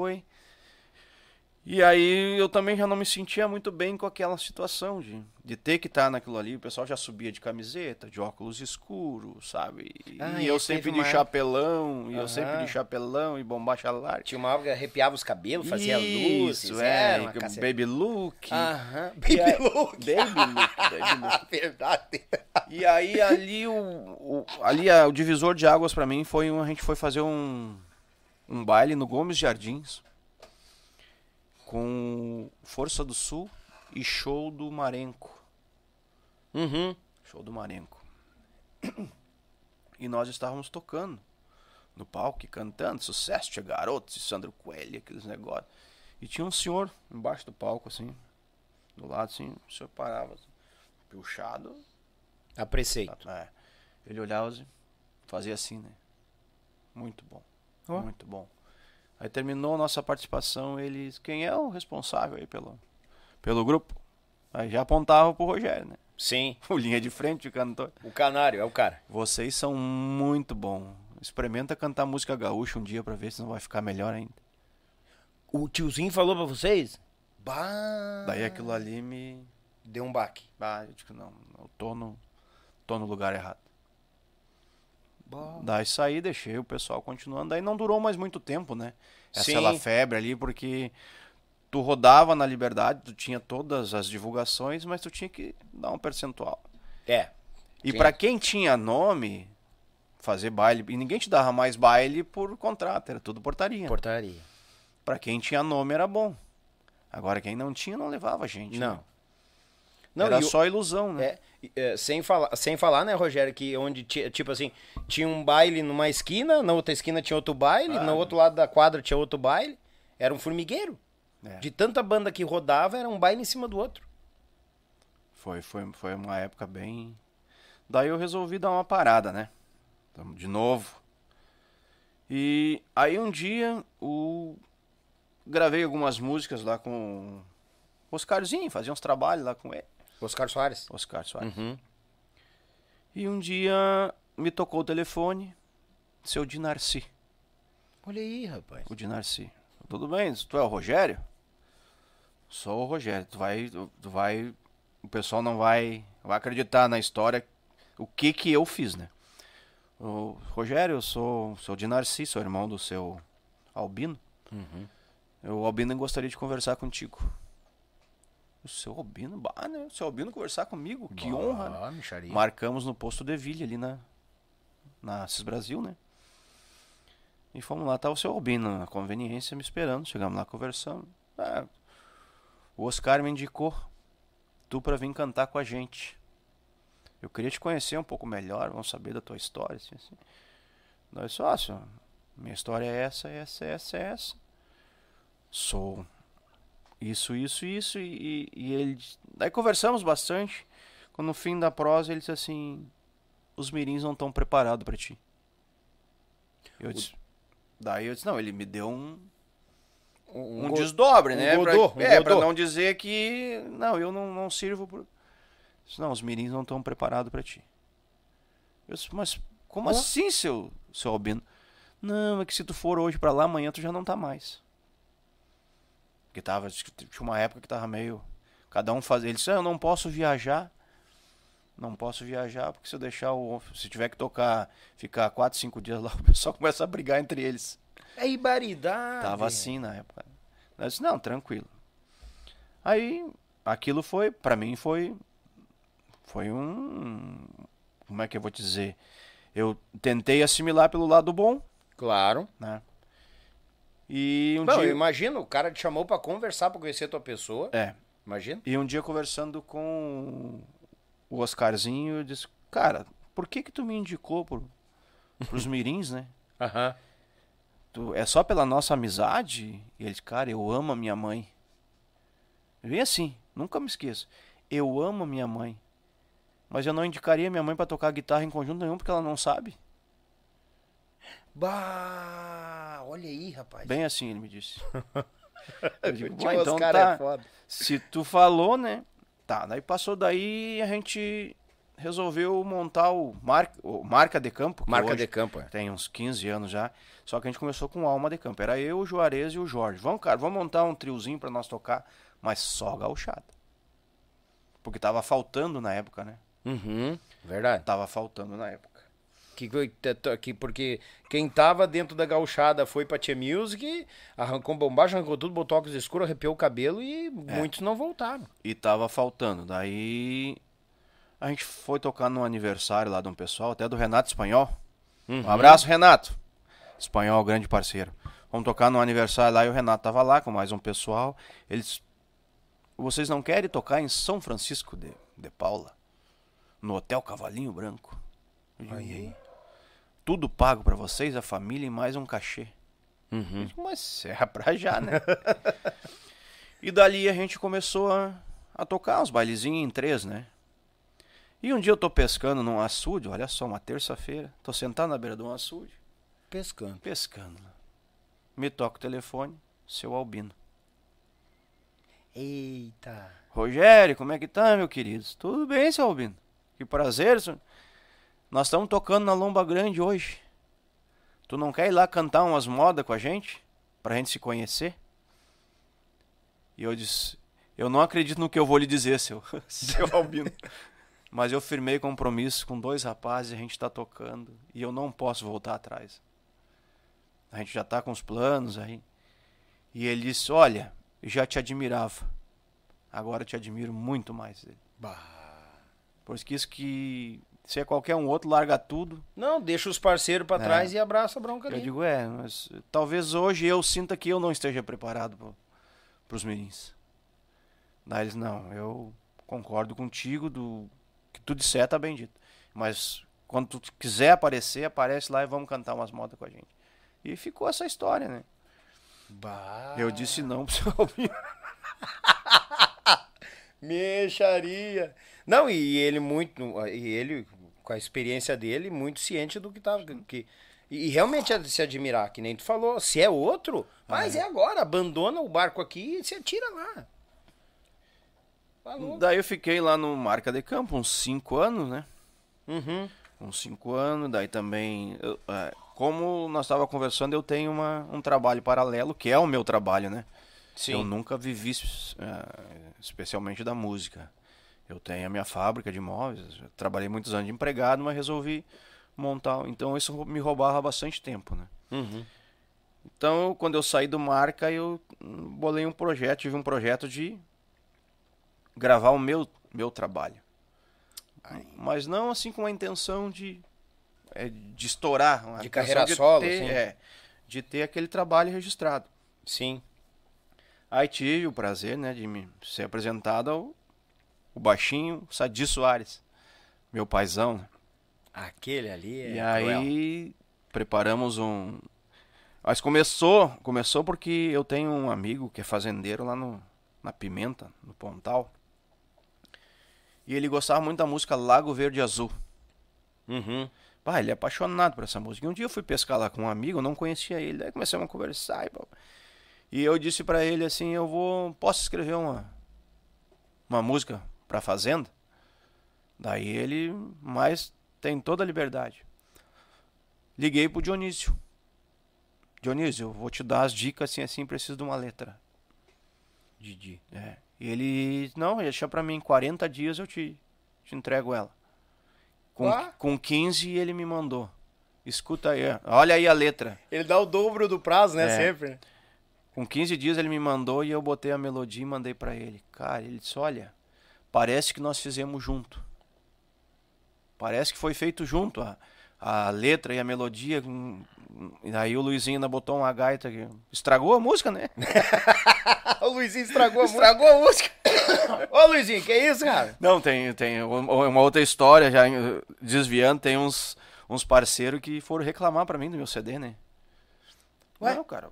E aí eu também já não me sentia muito bem com aquela situação de ter que estar naquilo ali. O pessoal já subia de camiseta, de óculos escuros, sabe? E eu sempre de chapelão, e bombacha larga. Tinha uma hora que arrepiava os cabelos, fazia luzes. Baby look. Aham, baby look. Baby look. Verdade. E aí ali o divisor de águas pra mim foi a gente foi fazer um baile no Gomes Jardins com Força do Sul e Show do Marenco. Uhum. Show do Marenco. E nós estávamos tocando no palco e cantando Sucesso de Garotos e Sandro Coelho, aqueles negócios. E tinha um senhor embaixo do palco, assim, do lado, assim, o senhor parava, assim, puxado. A preceito. Ele olhava assim, fazia assim, né? Muito bom, muito bom. Aí terminou a nossa participação, eles, quem é o responsável aí pelo grupo? Aí já apontava pro Rogério, né? Sim. O linha de frente, o cantor. O canário, é o cara. Vocês são muito bons. Experimenta cantar música gaúcha um dia pra ver se não vai ficar melhor ainda. O tiozinho falou pra vocês? Bah. Daí aquilo ali me deu um baque. Eu digo, não, eu tô no lugar errado. Bah. Daí saí, deixei o pessoal continuando. Daí não durou mais muito tempo, né? Sim. Essa febre ali, porque tu rodava na Liberdade, tu tinha todas as divulgações, mas tu tinha que dar um percentual. E pra quem tinha nome, fazer baile, e ninguém te dava mais baile por contrato, era tudo portaria. Portaria. Pra quem tinha nome era bom. Agora quem não tinha não levava gente. Não. Né? Não, era só ilusão, né? Sem falar, né, Rogério, que onde, tipo assim, tinha um baile numa esquina, na outra esquina tinha outro baile, no outro lado da quadra tinha outro baile. Era um formigueiro. De tanta banda que rodava, era um baile em cima do outro. Foi uma época bem... Daí eu resolvi dar uma parada, né? De novo. E aí um dia gravei algumas músicas lá com o Oscarzinho, fazia uns trabalhos lá com ele. Oscar Soares. Uhum. E um dia me tocou o telefone, seu Dinarci. Olha aí, rapaz. O Dinarci. Tudo bem? Tu é o Rogério? Sou o Rogério. Tu vai... O pessoal não vai acreditar na história o que eu fiz, né? O Rogério, eu sou o Dinarci, sou irmão do seu Albino. Uhum. O Albino gostaria de conversar contigo. O seu Albino, né? O seu Albino conversar comigo, que honra. Micharia. Marcamos no posto de Ville ali na Assis Brasil, né? E fomos lá, tá o seu Albino na conveniência me esperando. Chegamos lá conversando. O Oscar me indicou tu pra vir cantar com a gente. Eu queria te conhecer um pouco melhor, vamos saber da tua história. Assim. Nós minha história é essa. Sou Isso, e ele... Daí conversamos bastante, quando no fim da prosa ele disse assim, os mirins não estão preparados pra ti. Daí eu disse, não, ele me deu um desdobre, né? Godô, pra não dizer que, não, eu não sirvo por... Disse, não, os mirins não estão preparados pra ti. Eu disse, mas como assim, seu Albino? Não, é que se tu for hoje pra lá, amanhã tu já não tá mais. Porque tinha uma época que tava meio... Cada um fazia... Ele disse, eu não posso viajar. Não posso viajar, porque se eu deixar se tiver que tocar, ficar 4, 5 dias lá, o pessoal começa a brigar entre eles. É ibaridade. Tava assim na época. Eu disse, não, tranquilo. Aí, aquilo foi, pra mim foi um... Como é que eu vou te dizer? Eu tentei assimilar pelo lado bom. Claro. Né? E dia... eu imagino, o cara te chamou pra conversar, pra conhecer a tua pessoa. Imagina. E um dia conversando com o Oscarzinho, eu disse, cara, por que tu me indicou pros mirins, né? É só pela nossa amizade? E ele disse, cara, eu amo a minha mãe. Vem assim, nunca me esqueço. Eu amo a minha mãe. Mas eu não indicaria minha mãe pra tocar guitarra em conjunto nenhum, porque ela não sabe. Bah, olha aí, rapaz. Bem assim ele me disse. Eu digo, então tá. É foda. Se tu falou, né? Tá, daí passou daí a gente resolveu montar o Marca de Campo. Marca de Campo, tem uns 15 anos já. Só que a gente começou com Alma de Campo. Era eu, o Juarez e o Jorge. Vamos montar um triozinho pra nós tocar, mas só gauchada. Porque tava faltando na época, né? Verdade. Tava faltando na época. Porque quem tava dentro da gauchada foi pra Tia Music, arrancou bombagem, arrancou tudo, botou óculos escuros, arrepiou o cabelo e muitos não voltaram. E tava faltando. Daí a gente foi tocar no aniversário lá de um pessoal, até do Renato Espanhol. Um abraço, Renato. Espanhol, grande parceiro. Vamos tocar no aniversário lá e o Renato tava lá com mais um pessoal. Eles... Vocês não querem tocar em São Francisco de Paula? No Hotel Cavalinho Branco? Aí. Tudo pago pra vocês, a família e mais um cachê. Mas é pra já, né? E dali a gente começou a tocar uns bailezinhos em 3, né? E um dia eu tô pescando num açude, olha só, uma terça-feira. Tô sentado na beira de um açude. Pescando. Me toca o telefone, seu Albino. Eita. Rogério, como é que tá, meu querido? Tudo bem, seu Albino? Que prazer, senhor. Nós estamos tocando na Lomba Grande hoje. Tu não quer ir lá cantar umas modas com a gente? Pra gente se conhecer? E eu disse, eu não acredito no que eu vou lhe dizer, seu Albino. Mas eu firmei compromisso com 2 rapazes, a gente tá tocando. E eu não posso voltar atrás. A gente já tá com os planos aí. E ele disse, olha, eu já te admirava. Agora eu te admiro muito mais. Por isso que... Se é qualquer um outro, larga tudo. Não, deixa os parceiros pra trás e abraça a bronca ali. Eu digo, mas talvez hoje eu sinta que eu não esteja preparado pros mirins. Daí eles, não, eu concordo contigo, que tu disser tá bem dito. Mas quando tu quiser aparecer, aparece lá e vamos cantar umas modas com a gente. E ficou essa história, né? Eu disse não pro seu Albino. Mexaria. Não, e ele com a experiência dele, muito ciente do que tava. E realmente é de se admirar, que nem tu falou. Se é outro, mas é agora. Abandona o barco aqui e se atira lá. Falou. Daí eu fiquei lá no Marca de Campo uns 5 anos, né? Uns 5 anos. Daí também, como nós estávamos conversando, eu tenho um trabalho paralelo, que é o meu trabalho, né? Sim. Eu nunca vivi especialmente da música. Eu tenho a minha fábrica de móveis, trabalhei muitos anos de empregado, mas resolvi montar. Então isso me roubava bastante tempo, né? Então, quando eu saí do Marca, eu bolei um projeto, tive um projeto de gravar o meu trabalho. Mas não assim com a intenção de estourar. De carreira solo, de ter aquele trabalho registrado. Sim. Aí tive o prazer, né, de me ser apresentado ao baixinho Sadi Soares, meu paizão. Aquele ali é E aí preparamos Mas começou porque eu tenho um amigo que é fazendeiro lá na Pimenta, no Pontal. E ele gostava muito da música Lago Verde Azul. Uhum. Pá, ele é apaixonado por essa música. E um dia eu fui pescar lá com um amigo, eu não conhecia ele. Daí começamos a conversar. E eu disse pra ele assim, posso escrever uma música pra Fazenda? Daí ele, mas tem toda a liberdade. Liguei pro Dionísio. Dionísio, eu vou te dar as dicas assim, preciso de uma letra. Didi. E ele, não, ele deixa pra mim, em 40 dias eu te entrego ela. Com 15 ele me mandou. Escuta aí, olha aí a letra. Ele dá o dobro do prazo, né, sempre. Com 15 dias ele me mandou e eu botei a melodia e mandei pra ele. Cara, ele disse, olha, parece que nós fizemos junto. Parece que foi feito junto a letra e a melodia. E aí o Luizinho ainda botou uma gaita que estragou a música, né? O Luizinho estragou a música. Ô, Luizinho, que isso, cara? Não, tem uma outra história, já desviando, tem uns parceiros que foram reclamar pra mim do meu CD, né? Ué? Não, cara,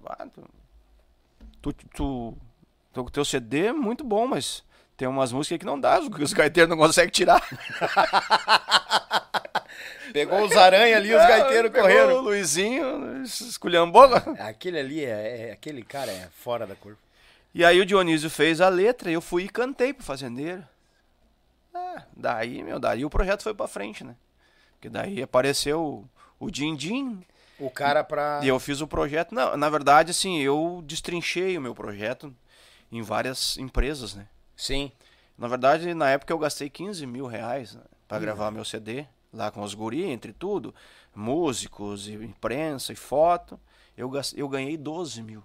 teu CD é muito bom, mas tem umas músicas que não dá, os gaiteiros não conseguem tirar. Pegou os aranha ali, os gaiteiros correram. O Luizinho esculhambou. Aquele ali, aquele cara é fora da curva. E aí o Dionísio fez a letra e eu fui e cantei pro fazendeiro. Daí o projeto foi pra frente, né? Porque daí apareceu o Dindim. O cara pra... E eu fiz o projeto. Não, na verdade, assim, eu destrinchei o meu projeto em várias empresas, né? Sim. Na verdade, na época eu gastei 15 mil reais, né, pra gravar meu CD. Lá com os guri, entre tudo. Músicos, e imprensa e foto. Eu ganhei 12 mil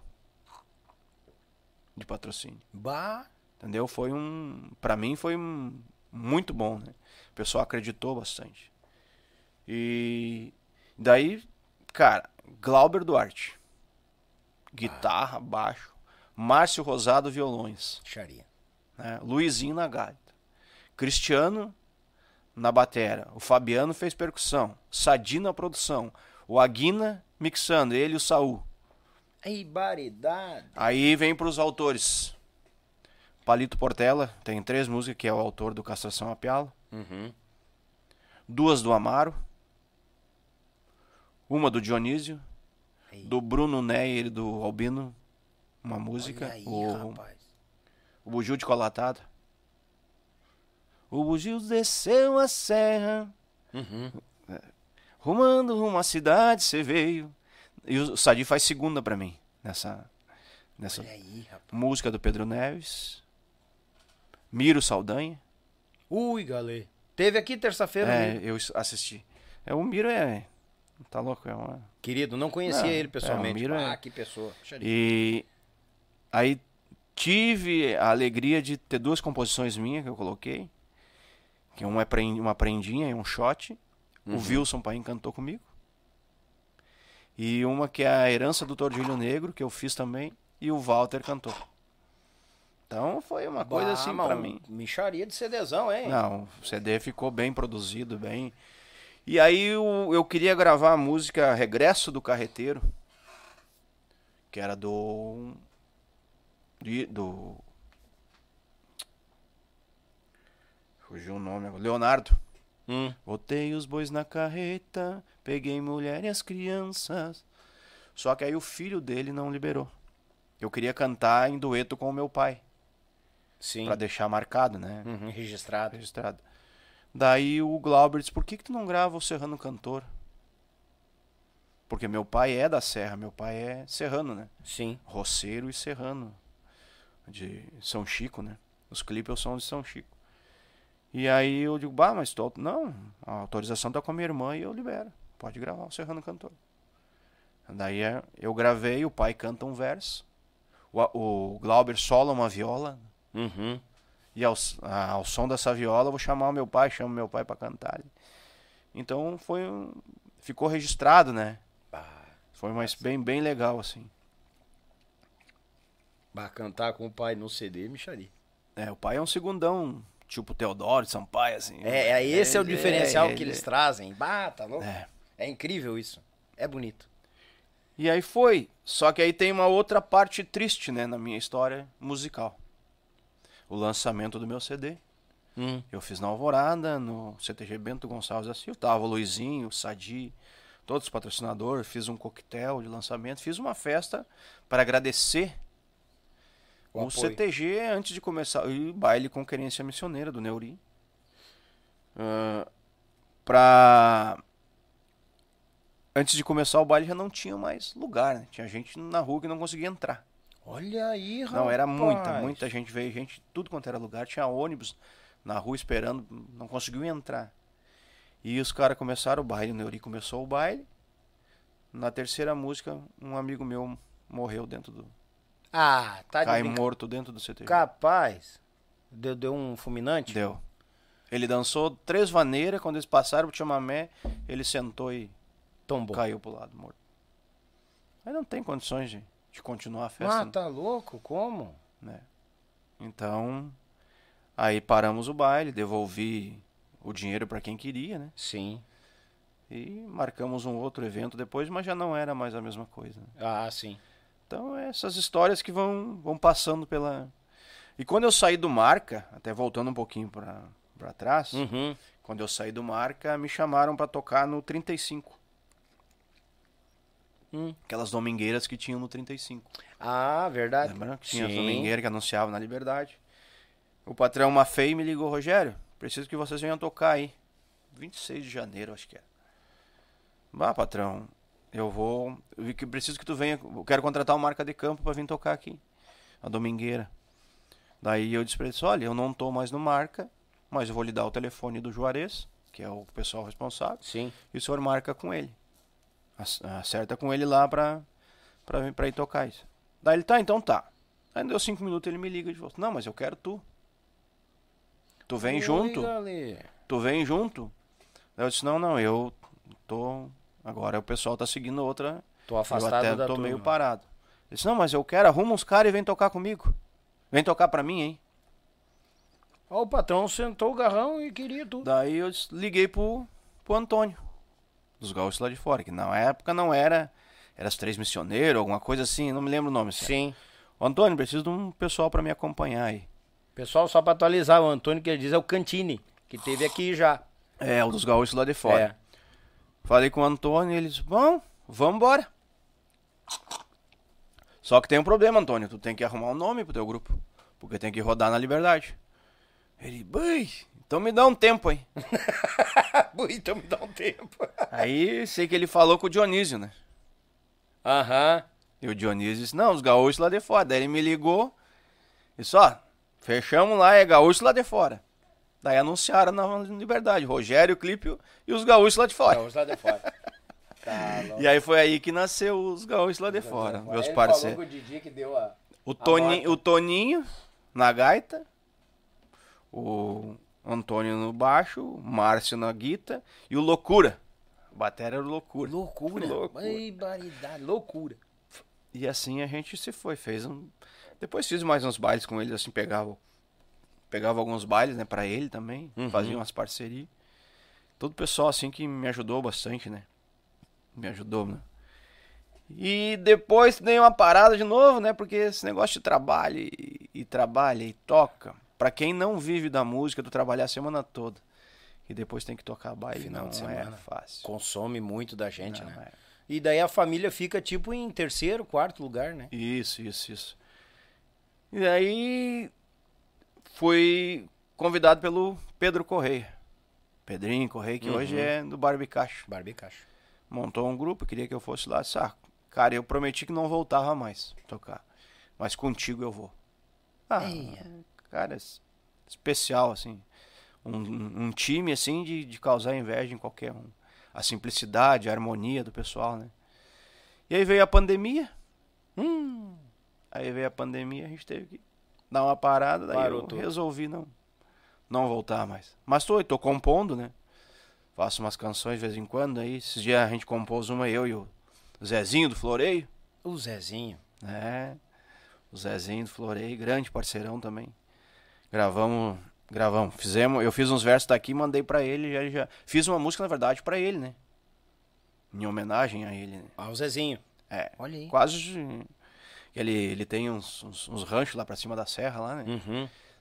de patrocínio. Bah! Entendeu? Pra mim foi muito bom, né? O pessoal acreditou bastante. E daí, cara, Glauber Duarte. Guitarra, baixo. Márcio Rosado, violões. Xaria. Né? Luizinho na gaita. Cristiano na batera. O Fabiano fez percussão. Sadi na produção. O Aguina mixando. Ele e o Saul. Ai, baridade. Aí vem pros autores. Palito Portela, tem 3 músicas, que é o autor do Castração a Pialo. Uhum. 2 do Amaro. Uma do Dionísio. Ei. Do Bruno Neyer e do Albino. Uma música. Olha aí, rapaz. O Bugio de Colatada. O Bugio desceu a serra. Uhum. Rumando rumo à cidade, cê veio. E o Sadi faz segunda pra mim. Nessa Olha aí, rapaz. música do Pedro Neves. Miro Saldanha. Ui, galê. Teve aqui terça-feira. Eu assisti. O Miro tá louco, é uma... Querido, não conhecia ele pessoalmente. o Miro que pessoa. E aí tive a alegria de ter 2 composições minhas que eu coloquei. Que uma é uma prendinha e um shot. Uhum. O Wilson Paim cantou comigo. E uma que é a Herança do Tordilho Negro, que eu fiz também. E o Walter cantou. Então foi uma coisa assim pra mim. Micharia de CDzão, hein? Não, o CD ficou bem produzido, bem... E aí eu queria gravar a música Regresso do Carreteiro, que era do fugiu o nome agora. Leonardo. Botei os bois na carreta, peguei mulher e as crianças. Só que aí o filho dele não liberou. Eu queria cantar em dueto com o meu pai. Sim. Pra deixar marcado, né? Uhum, registrado. Daí o Glauber disse, por que tu não grava o Serrano Cantor? Porque meu pai é da Serra, meu pai é serrano, né? Sim. Roceiro e serrano. De São Chico, né? Os clipes são de São Chico. E aí eu digo, mas não, a autorização tá com a minha irmã e eu libero. Pode gravar o Serrano Cantor. Daí eu gravei, o pai canta um verso. O Glauber sola uma viola. Uhum. E ao som dessa viola eu vou chamar o meu pai, chamo meu pai pra cantar. Então ficou registrado, né? Foi bem legal, assim. Cantar com o pai no CD, micharia. O pai é um segundão, tipo Teodoro de Sampaio, assim. Esse é o diferencial que eles trazem. Tá louco? É incrível isso. É bonito. E aí foi. Só que aí tem uma outra parte triste, né, na minha história musical. o lançamento do meu CD. Eu fiz na Alvorada, no CTG Bento Gonçalves da Silva. Tava o Luizinho, o Sadi, todos os patrocinadores. Fiz um coquetel de lançamento. Fiz uma festa para agradecer o CTG antes de começar. E baile com querência missioneira do Neuri. Antes de começar o baile já não tinha mais lugar, né? Tinha gente na rua que não conseguia entrar. Olha aí, rapaz. Não, era muita gente veio, gente, tudo quanto era lugar. Tinha ônibus na rua esperando, não conseguiu entrar. E os caras começaram o baile, o Neuri começou o baile. Na terceira música, um amigo meu morreu dentro do... Tá cai morto dentro do CTG. Capaz. Deu um fulminante? Deu. Ele dançou 3 vaneiras, quando eles passaram pro chamamé, ele sentou e tombou. Caiu pro lado, morto. Aí não tem condições de continuar a festa. Tá louco? Como? Né? Então, aí paramos o baile, devolvi o dinheiro para quem queria, né? Sim. E marcamos um outro evento depois, mas já não era mais a mesma coisa. Né? Sim. Então, essas histórias que vão passando pela... E quando eu saí do Marca, até voltando um pouquinho para trás, quando eu saí do Marca, me chamaram para tocar no 35. Aquelas domingueiras que tinham no 35. Verdade. Lembra? Que tinha as domingueiras que anunciavam na Liberdade. O patrão Mafei me ligou: Rogério, preciso que vocês venham tocar aí. 26 de janeiro, acho que era. Patrão, eu preciso que tu venha, eu quero contratar uma marca de campo para vir tocar aqui. A domingueira. Daí eu disse pra eles: olha, eu não tô mais no Marca, mas eu vou lhe dar o telefone do Juarez, que é o pessoal responsável. Sim. E o senhor marca com ele. Acerta com ele lá pra ir tocar isso. Daí ele: então tá. Aí deu 5 minutos, ele me liga de volta: não, mas eu quero tu. Tu vem junto? Galera. Tu vem junto? Daí eu disse: não, eu tô... Agora o pessoal tá seguindo outra... Tô afastado eu até da tô turma. meio parado. Ele disse: não, mas eu quero, arruma uns caras e vem tocar comigo. Vem tocar pra mim, hein? O patrão sentou o garrão e queria tudo. Daí eu liguei pro Antônio, dos gaúchos lá de fora, que na época não era... Era os 3 missioneiros, alguma coisa assim, não me lembro o nome. Sim. O Antônio, preciso de um pessoal pra me acompanhar aí. Pessoal, só pra atualizar, o Antônio que ele diz é o Cantini, que teve aqui já. É, o dos gaúchos lá de fora. Falei com o Antônio e ele disse: vamos embora. Só que tem um problema, Antônio, tu tem que arrumar um nome pro teu grupo, porque tem que rodar na Liberdade. Ele: então me dá um tempo aí. Então me dá um tempo. Aí sei que ele falou com o Dionísio, né? E o Dionísio disse: não, os gaúchos lá de fora. Daí ele me ligou e só, fechamos lá, é gaúcho lá de fora. Daí anunciaram na Liberdade, Rogério, Clípio e os gaúchos lá de fora. Gaúchos lá de fora. E aí foi aí que nasceu os gaúchos lá de fora, meus parceiros. Falou com o Didi que deu o Toninho na gaita, o Antônio no baixo, o Márcio na guita e o Loucura. A bateria era o Loucura. Loucura. Loucura. E assim a gente se foi, depois fiz mais uns bailes com ele, assim, pegava alguns bailes, né, pra ele também, fazia umas parcerias. Todo o pessoal, assim, que me ajudou bastante, né, né. E depois dei uma parada de novo, né, porque esse negócio de trabalho e trabalha e toca, pra quem não vive da música, tu trabalhar a semana toda e depois tem que tocar baile, final não de semana, é fácil. Consome muito da gente, não, né. E daí a família fica tipo em 3º, 4º lugar, né? Isso. E aí fui convidado pelo Pedro Correia. Pedrinho Correia, que hoje é do Barbicacho. Montou um grupo, queria que eu fosse lá. Cara, eu prometi que não voltava mais tocar. Mas contigo eu vou. Cara, especial, assim. Um time, assim, de causar inveja em qualquer um. A simplicidade, a harmonia do pessoal, né? E aí veio a pandemia. A gente teve que dar uma parada, daí eu resolvi não voltar mais. Mas tô compondo, né? Faço umas canções de vez em quando, aí esses dias a gente compôs uma, eu e o Zezinho do Floreio. O Zezinho. O Zezinho do Floreio, grande parceirão também. Gravamos, eu fiz uns versos daqui, mandei pra ele, já fiz uma música, na verdade, pra ele, né? Em homenagem a ele, né? O Zezinho. Olha aí. Quase... Ele tem uns ranchos lá pra cima da serra, lá, né?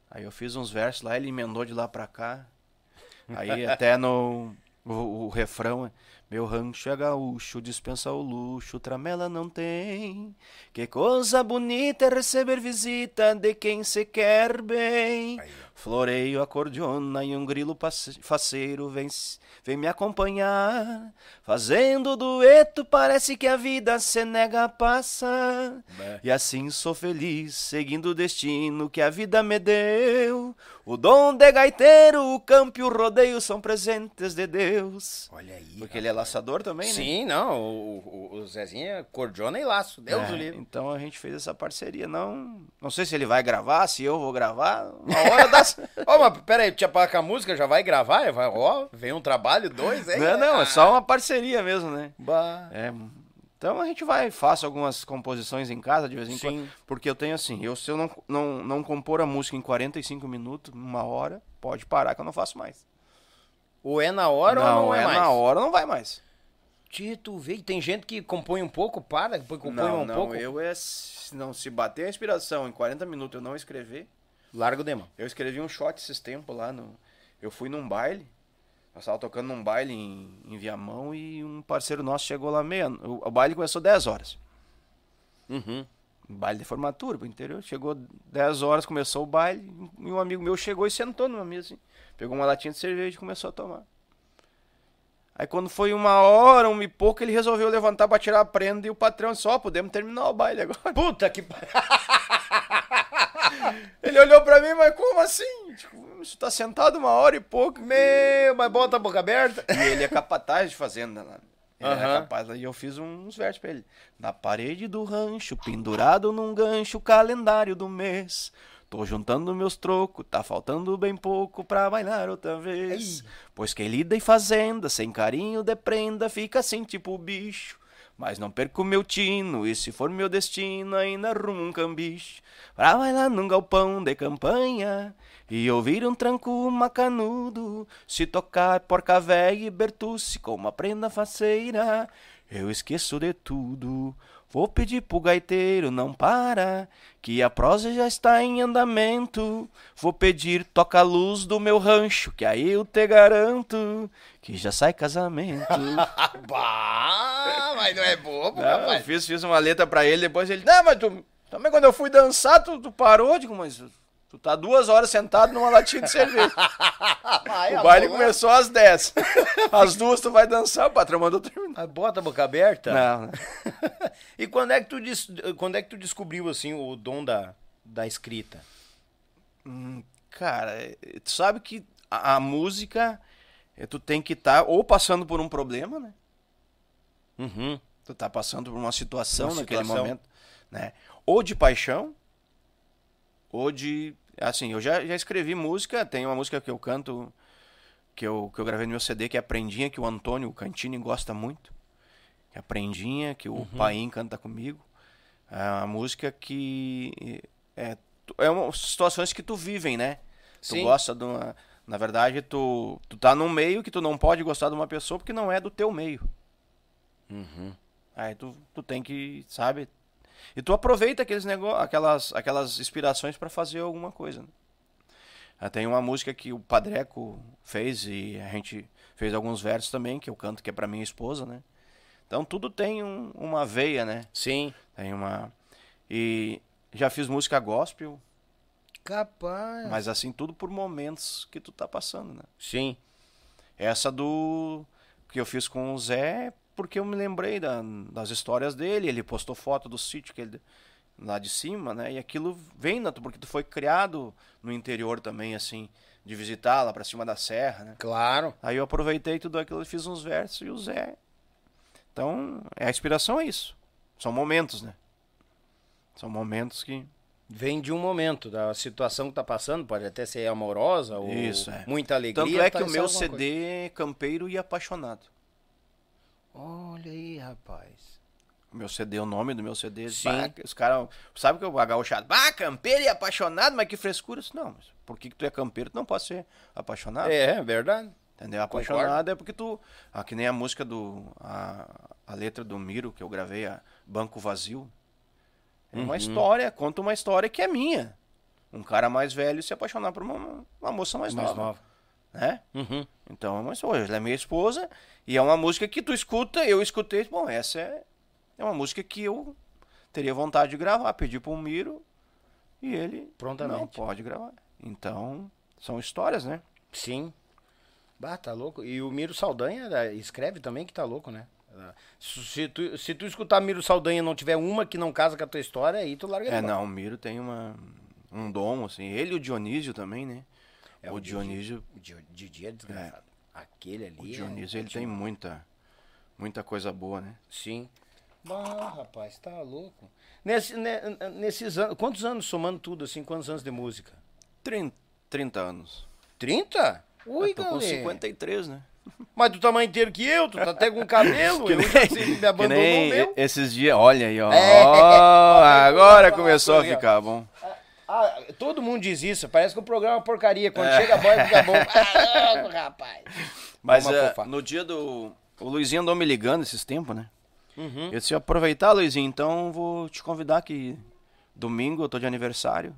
Aí eu fiz uns versos lá, ele emendou de lá pra cá. Aí até no o refrão é: meu rancho é gaúcho, dispensa o luxo, tramela não tem. Que coisa bonita é receber visita de quem se quer bem. Aí, Floreio, acordeona e um grilo faceiro vem me acompanhar. Fazendo dueto, parece que a vida se nega a passar. E assim sou feliz, seguindo o destino que a vida me deu. O dom de gaiteiro, o campo e o rodeio são presentes de Deus. Olha aí. Porque ele é laçador também, né? Sim, não. O Zezinho é cordiona e laço. Deus do livro. Então a gente fez essa parceria. Não sei se ele vai gravar, se eu vou gravar. Uma hora das. Ó, mas peraí, tu tinha parado com a música, já vai gravar? Ó, vem um trabalho, 2, hein? Não, é só uma parceria mesmo, né? Bah. Então a gente faço algumas composições em casa de vez em quando. Porque eu tenho assim, se eu não compor a música em 45 minutos, 1 hora, pode parar que eu não faço mais. Ou é na hora ou não é mais? Na hora não vai mais. Tito, vê, tem gente que compõe um pouco, para, depois compõe um pouco. Não, se bater a inspiração em 40 minutos eu não escrever, largo de mão. Eu escrevi um shot esses tempos lá eu fui num baile. Nós estávamos tocando num baile em Viamão e um parceiro nosso chegou lá o baile começou 10 horas. Uhum. Baile de formatura pro interior. Chegou 10 horas, começou o baile e um amigo meu chegou e sentou numa mesa assim. Pegou uma latinha de cerveja e começou a tomar. Aí quando foi 1 hora, 1 e pouco, ele resolveu levantar pra tirar a prenda e o patrão disse: podemos terminar o baile agora. Puta que... Ele olhou pra mim, mas como assim? Tipo, você tá sentado 1 hora e pouco. Mas bota a boca aberta. E ele é capataz de fazenda lá. Ele Aham. é capaz, e eu fiz uns versos pra ele. Na parede do rancho, pendurado num gancho, o calendário do mês. Tô juntando meus trocos, tá faltando bem pouco pra bailar outra vez. Pois quem lida em fazenda, sem carinho de prenda, fica assim tipo bicho. Mas não perco meu tino, e se for meu destino, ainda arrumo um cambicho pra bailar num galpão de campanha e ouvir um tranco macanudo. Se tocar porca véia e bertuce com uma prenda faceira, eu esqueço de tudo. Vou pedir pro gaiteiro, não para, que a prosa já está em andamento. Vou pedir, toca a luz do meu rancho, que aí eu te garanto que já sai casamento. Bah, mas não é bobo, Não, rapaz. eu fiz uma letra pra ele, depois ele... Não, mas tu... Também quando eu fui dançar, tu parou? Digo, mas tu tá 2 horas sentado numa latinha de cerveja. O baile começou às 10. Às 2 tu vai dançar, o patrão mandou terminar. Bota a boca aberta. Não. E quando é que tu descobriu, assim, o dom da escrita? Cara, tu sabe que a música, tu tem que estar ou passando por um problema, né? Uhum. Tu tá passando por uma situação naquele situação. momento, né? Ou de paixão, ou de... Assim, eu já escrevi música, tem uma música que eu canto, que eu gravei no meu CD, que é a Prendinha, que o Antônio Cantini gosta muito. Que é a Prendinha, que o Paim canta comigo. É uma música que... situações que tu vivem, né? Tu Sim. gosta de uma... Na verdade, tu tá num meio que tu não pode gostar de uma pessoa porque não é do teu meio. Uhum. Aí tu tem que, sabe? E tu aproveita aquelas inspirações pra fazer alguma coisa. Né? Tem uma música que o Padreco fez e a gente fez alguns versos também, que eu canto, que é pra minha esposa, né? Então tudo tem uma veia, né? Sim. Tem uma... E já fiz música gospel, Capaz. mas assim, tudo por momentos que tu tá passando, né? Sim. Essa que eu fiz com o Zé, porque eu me lembrei das histórias dele, ele postou foto do sítio que ele, lá de cima, né? E aquilo vem, porque tu foi criado no interior também, assim, de visitar lá pra cima da serra, né? Claro. Aí eu aproveitei tudo aquilo e fiz uns versos e o Zé. Então, a inspiração é isso. São momentos, né? São momentos que... Vem de um momento, da situação que tá passando, pode até ser amorosa ou Isso, muita alegria. Tanto é que tá, o meu alguma CD é Campeiro e Apaixonado. Olha aí, rapaz. O meu CD, o nome do meu CD. Sim. Os caras... Sabe que eu agaúchado? Campeiro e apaixonado, mas que frescura. Não, mas por que tu é campeiro? Tu não pode ser apaixonado. É verdade. Entendeu? Apaixonado é porque tu... que nem a música a letra do Miro, que eu gravei, a Banco Vazio. É uma história, conta uma história que é minha. um cara mais velho se apaixonar por uma moça mais nova. Né? Uhum. Então, mas hoje ela é minha esposa e é uma música que tu escuta, eu escutei, bom, essa é uma música que eu teria vontade de gravar, pedi pro Miro e ele prontamente não pode gravar. Então, são histórias, né? Sim. Bah, tá louco. E o Miro Saldanha escreve também que tá louco, né? Se tu escutar Miro Saldanha e não tiver uma que não casa com a tua história, aí tu larga de não, o Miro tem um dom, assim. Ele e o Dionísio também, né? O Dionísio... O Didi é desgraçado. Aquele ali... O Dionísio, ele tem muita coisa boa, né? Sim. Bah, rapaz, tá louco. Nesses anos... Quantos anos somando tudo, assim? Quantos anos de música? 30 anos. 30? Ui, eu tô com 53, né? Mas do tamanho inteiro que eu, tu tá até com cabelo, eu já sei, me abandonou o meu. Esses dias, olha aí, ó. Agora começou a ficar bom. Todo mundo diz isso, parece que o programa é uma porcaria. Quando chega a bola, fica bom. Louco, rapaz. Mas no dia do... O Luizinho andou me ligando esses tempos, né? Uhum. Eu disse, aproveitar, Luizinho, então vou te convidar que domingo eu tô de aniversário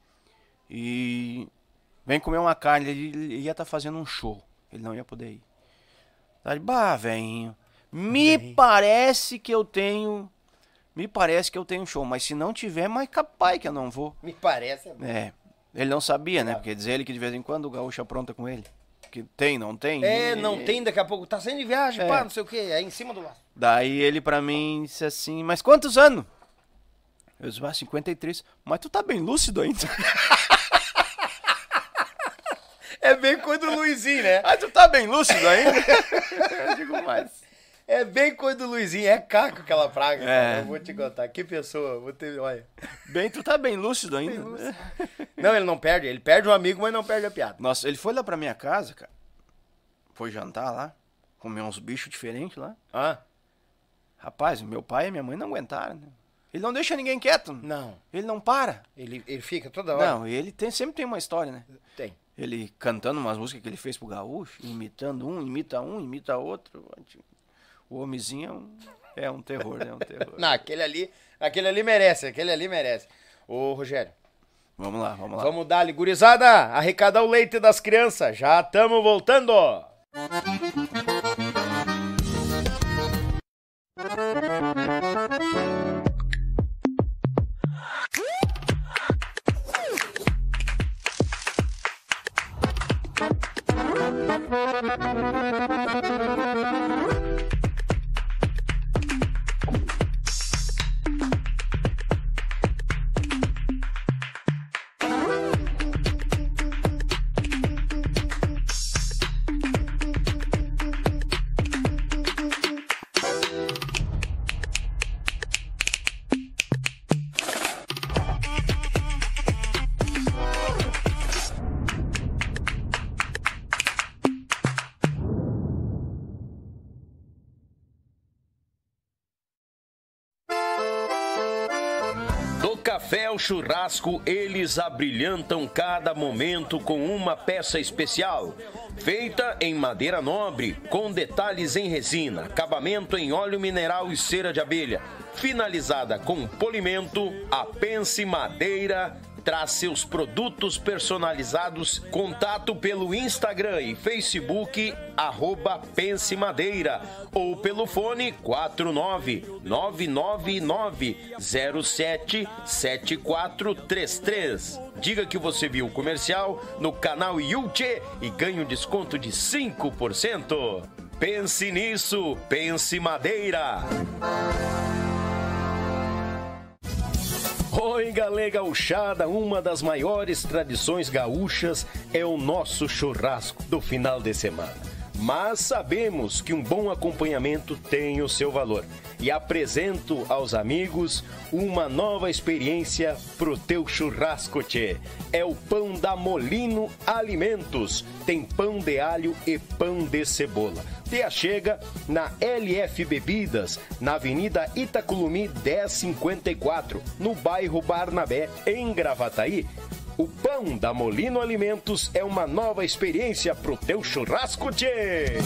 e vem comer uma carne. Ele ia estar fazendo um show, ele não ia poder ir. Tá, bah, velhinho, me parece que eu tenho show, mas se não tiver, mais capaz que eu não vou. Me parece. Ele não sabia, né? Porque diz ele que de vez em quando o gaúcho apronta com ele. Que tem, não tem. Não tem, daqui a pouco tá saindo de viagem, pá, não sei o que, é em cima do laço. Daí ele pra mim disse assim, mas quantos anos? Eu disse, 53. Mas tu tá bem lúcido ainda? É bem coisa do Luizinho, né? Ah, tu tá bem lúcido ainda? Eu digo mais. É bem coisa do Luizinho, é caco aquela praga, cara. Eu vou te contar. Que pessoa, olha. Tu tá bem lúcido ainda? Não, ele não perde, ele perde um amigo, mas não perde a piada. Nossa, ele foi lá pra minha casa, cara. Foi jantar lá, comer uns bichos diferentes lá. Rapaz, meu pai e minha mãe não aguentaram, né? Ele não deixa ninguém quieto. Não. Ele não para. Ele fica toda hora. Não, ele sempre tem uma história, né? Tem. Ele cantando umas músicas que ele fez pro gaúcho, imitando imita outro. O homenzinho é um terror, né? Não, aquele ali merece, Ô, Rogério. Vamos lá. Vamos dar-lhe, gurizada, arrecadar o leite das crianças. Já estamos voltando. Café ao churrasco, eles abrilhantam cada momento com uma peça especial, feita em madeira nobre, com detalhes em resina, acabamento em óleo mineral e cera de abelha, finalizada com polimento. A Pense Madeira traz seus produtos personalizados. Contato pelo Instagram e Facebook @Pense Madeira ou pelo fone 49999077433. Diga que você viu o comercial no canal Yuchê e ganhe um desconto de 5%. Pense nisso, Pense Madeira. Oi, galera gauchada, uma das maiores tradições gaúchas é o nosso churrasco do final de semana. Mas sabemos que um bom acompanhamento tem o seu valor. E apresento aos amigos uma nova experiência pro teu churrasco, tchê. É o pão da Molino Alimentos. Tem pão de alho e pão de cebola. Te achega na LF Bebidas, na Avenida Itaculumi 1054, no bairro Barnabé, em Gravataí. O pão da Molino Alimentos é uma nova experiência pro teu churrasco, tchê!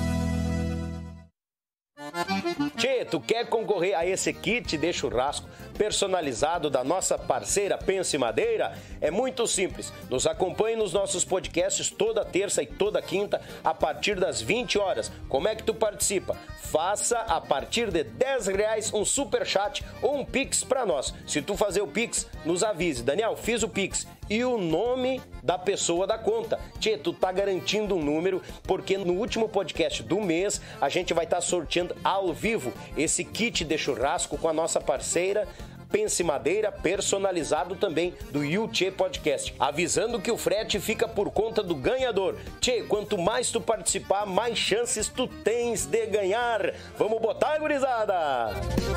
Tchê, tu quer concorrer a esse kit de churrasco personalizado da nossa parceira Pense Madeira é muito simples. Nos acompanhe nos nossos podcasts toda terça e toda quinta a partir das 20 horas. Como é que tu participa? Faça a partir de R$10 um superchat ou um Pix para nós. Se tu fazer o Pix, nos avise. Daniel, fiz o Pix. E o nome da pessoa da conta. Tchê, tu tá garantindo um número, porque no último podcast do mês a gente vai estar sorteando ao vivo esse kit de churrasco com a nossa parceira Pense Madeira, personalizado também do Yuchê Podcast. Avisando que o frete fica por conta do ganhador. Tchê, quanto mais tu participar, mais chances tu tens de ganhar. Vamos botar, gurizada!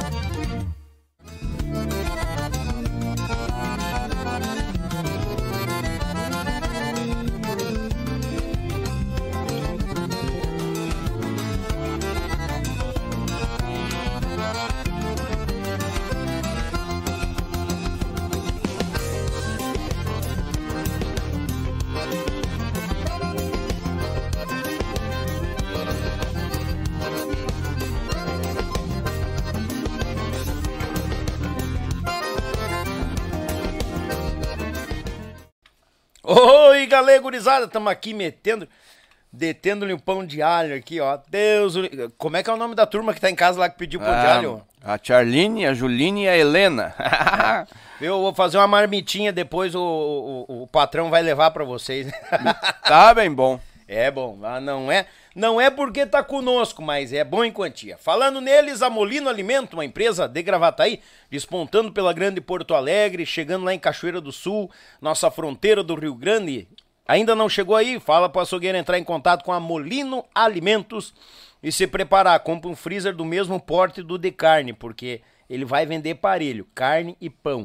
Oi, galera gurizada, estamos aqui detendo-lhe um pão de alho aqui, ó. Deus, como é que é o nome da turma que tá em casa lá que pediu pão de alho? A Charline, a Juline e a Helena. Eu vou fazer uma marmitinha, depois o patrão vai levar pra vocês. Tá bem bom. É bom, não é porque tá conosco, mas é bom em quantia. Falando neles, a Molino Alimento, uma empresa de Gravataí, despontando pela grande Porto Alegre, chegando lá em Cachoeira do Sul, nossa fronteira do Rio Grande. Ainda não chegou aí? Fala pro açougueiro entrar em contato com a Molino Alimentos e se preparar. Compra um freezer do mesmo porte do de carne, porque ele vai vender parelho, carne e pão.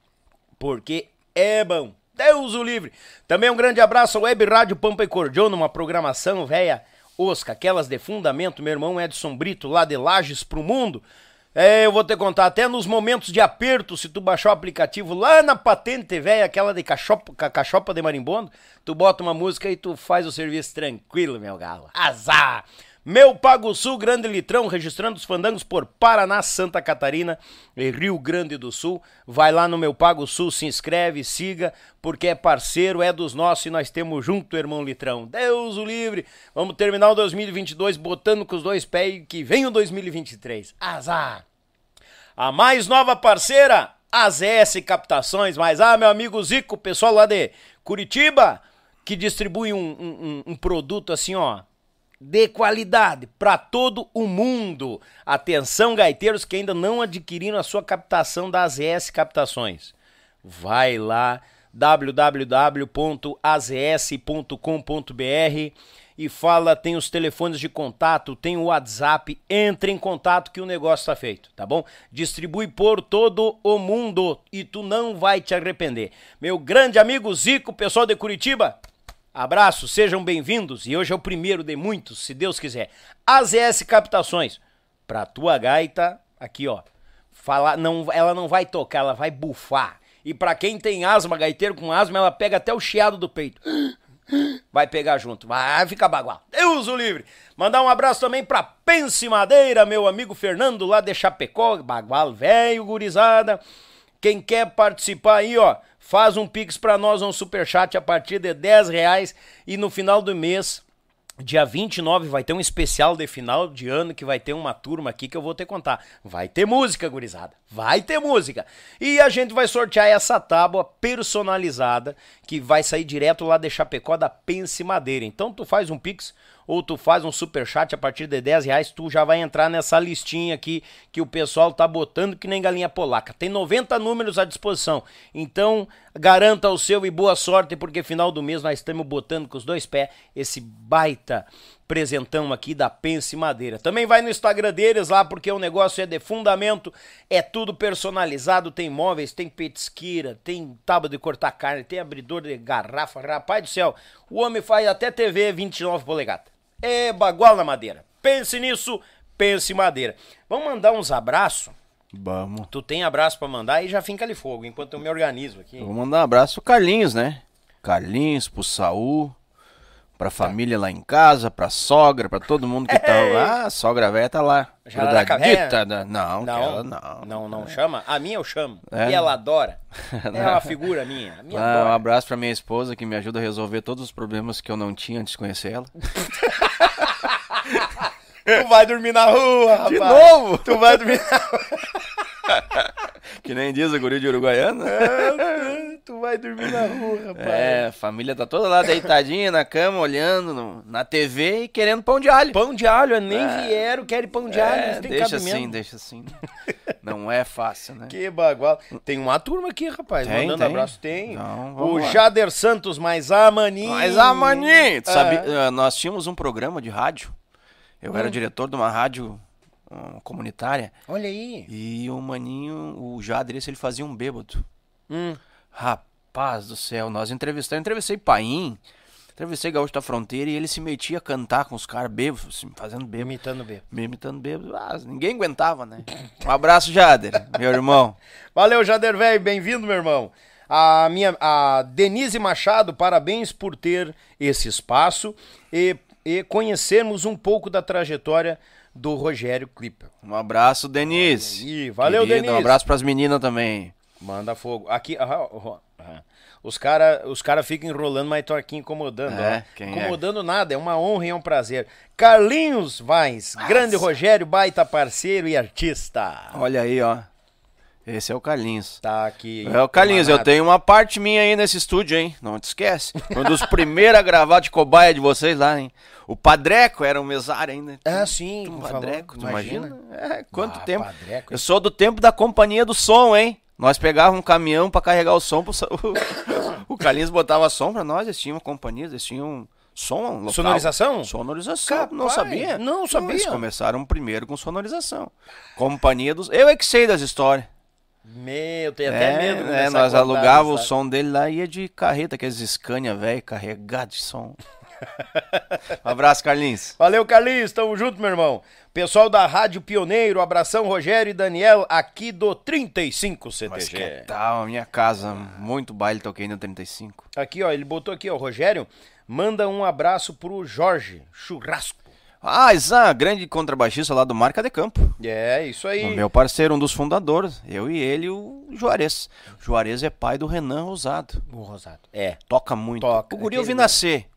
Porque é bom. Deus o livre. Também um grande abraço ao Web Rádio Pampa e Cordiona, uma programação véia osca, aquelas de fundamento, meu irmão Edson Brito, lá de Lages pro mundo. Eu vou te contar, até nos momentos de aperto, se tu baixar o aplicativo lá na patente véia, aquela de cachopa de marimbondo, tu bota uma música e tu faz o serviço tranquilo, meu galo. Azar! Meu Pago Sul, Grande Litrão, registrando os fandangos por Paraná, Santa Catarina e Rio Grande do Sul. Vai lá no Meu Pago Sul, se inscreve, siga, porque é parceiro, é dos nossos e nós temos junto, irmão Litrão. Deus o livre! Vamos terminar o 2022 botando com os dois pés e que vem o 2023. Azar! A mais nova parceira, AZS Captações, mas meu amigo Zico, pessoal lá de Curitiba, que distribui um produto assim, ó, de qualidade para todo o mundo. Atenção, gaiteiros que ainda não adquiriram a sua captação da AZS Captações. Vai lá, www.azs.com.br e fala, tem os telefones de contato, tem o WhatsApp, entre em contato que o negócio tá feito, tá bom? Distribui por todo o mundo e tu não vai te arrepender. Meu grande amigo Zico, pessoal de Curitiba, abraço, sejam bem-vindos e hoje é o primeiro de muitos, se Deus quiser. AZS Captações, pra tua gaita, aqui ó, ela não vai tocar, ela vai bufar. E pra quem tem asma, gaiteiro com asma, ela pega até o chiado do peito. Vai pegar junto, vai ficar bagual. Deus o livre. Mandar um abraço também pra Pense Madeira, meu amigo Fernando lá de Chapecó, bagual velho, gurizada. Quem quer participar aí, ó, faz um pix pra nós, um superchat a partir de R$10 e no final do mês, dia 29, vai ter um especial de final de ano que vai ter uma turma aqui que eu vou te contar. Vai ter música, gurizada. Vai ter música. E a gente vai sortear essa tábua personalizada que vai sair direto lá de Chapecó da Pense Madeira. Então tu faz um pix ou tu faz um superchat a partir de R$10, tu já vai entrar nessa listinha aqui que o pessoal tá botando que nem galinha polaca. Tem 90 números à disposição. Então garanta o seu e boa sorte, porque final do mês nós estamos botando com os dois pés esse baita presentão aqui da Pense Madeira. Também vai no Instagram deles lá, porque o negócio é de fundamento, é tudo personalizado, tem móveis, tem petisqueira, tem tábua de cortar carne, tem abridor de garrafa, rapaz do céu, o homem faz até TV 29 polegadas. É bagual na madeira. Pense nisso, Pense Madeira. Vamos mandar uns abraços? Vamos. Tu tem abraço pra mandar e já finca ali fogo, enquanto eu me organizo aqui. Eu vou mandar um abraço pro Carlinhos, né? Carlinhos, pro Saul, Pra família lá em casa, pra sogra, pra todo mundo que tá lá. A sogra velha tá lá. Jararaca Não, não chama? A minha eu chamo. E ela adora. É uma figura minha. Um abraço pra minha esposa que me ajuda a resolver todos os problemas que eu não tinha antes de conhecer ela. Tu vai dormir na rua, rapaz. De novo? Tu vai dormir na rua. Que nem diz o guri de Uruguaiana. Tu vai dormir na rua, rapaz. A família tá toda lá deitadinha na cama, olhando na TV e querendo pão de alho. Pão de alho, nem vieram, querem pão de alho. Deixa assim. Não é fácil, né? Que bagual. Tem uma turma aqui, rapaz, mandando abraço. Tem. Não, o Jader Santos, mais a Maninho. Nós tínhamos um programa de rádio. Eu era diretor de uma rádio comunitária. Olha aí. E o Maninho, o Jader, ele fazia um bêbado. Rapaz do céu, eu entrevistei Paim, entrevistei Gaúcho da Fronteira e ele se metia a cantar com os caras bêbados, assim, fazendo bêbado. Imitando bêbado. Ninguém aguentava, né? Um abraço, Jader, meu irmão. Valeu, Jader, velho, bem-vindo, meu irmão. A Denise Machado, parabéns por ter esse espaço e conhecermos um pouco da trajetória do Rogério Klippel. Um abraço, Denise. Valeu, querida, Denise. Um abraço pras meninas também. Manda fogo. Aqui, os cara ficam enrolando, mas tô aqui incomodando. Incomodando nada, é uma honra e é um prazer. Carlinhos Vaz, grande Rogério, baita parceiro e artista. Olha aí, ó. Esse é o Carlinhos. Tá aqui. É o Carlinhos, eu tenho uma parte minha aí nesse estúdio, hein? Não te esquece. Um dos primeiros a gravar de cobaia de vocês lá, hein? O Padreco era um mesário ainda. Sim. O Padreco, tu imagina? Quanto tempo. Padreco. Eu sou do tempo da companhia do som, hein? Nós pegávamos um caminhão pra carregar o som. O Carlinhos botava som pra nós, eles tinham companhias, eles tinham som local. Sonorização? Sonorização, Capaz, não sabia? Não sabia. Eles começaram primeiro com sonorização. Companhia dos... Eu é que sei das histórias. Eu tenho até medo. Nós alugávamos o som dele lá e ia de carreta, aqueles Scania velho, carregado de som. Um abraço, Carlinhos. Valeu, Carlinhos, tamo junto, meu irmão. Pessoal da Rádio Pioneiro, abração, Rogério e Daniel, aqui do 35 CTG. Mas que tal, a minha casa, muito baile toquei no 35. Aqui, ó, ele botou aqui, ó, Rogério, manda um abraço pro Jorge Churrasco. Grande contrabaixista lá do Marca de Campo. É, isso aí. O meu parceiro, um dos fundadores. Eu e ele e o Juarez. O Juarez é pai do Renan Rosado. O Rosado. Toca muito. Toca. O guri eu vi nascer.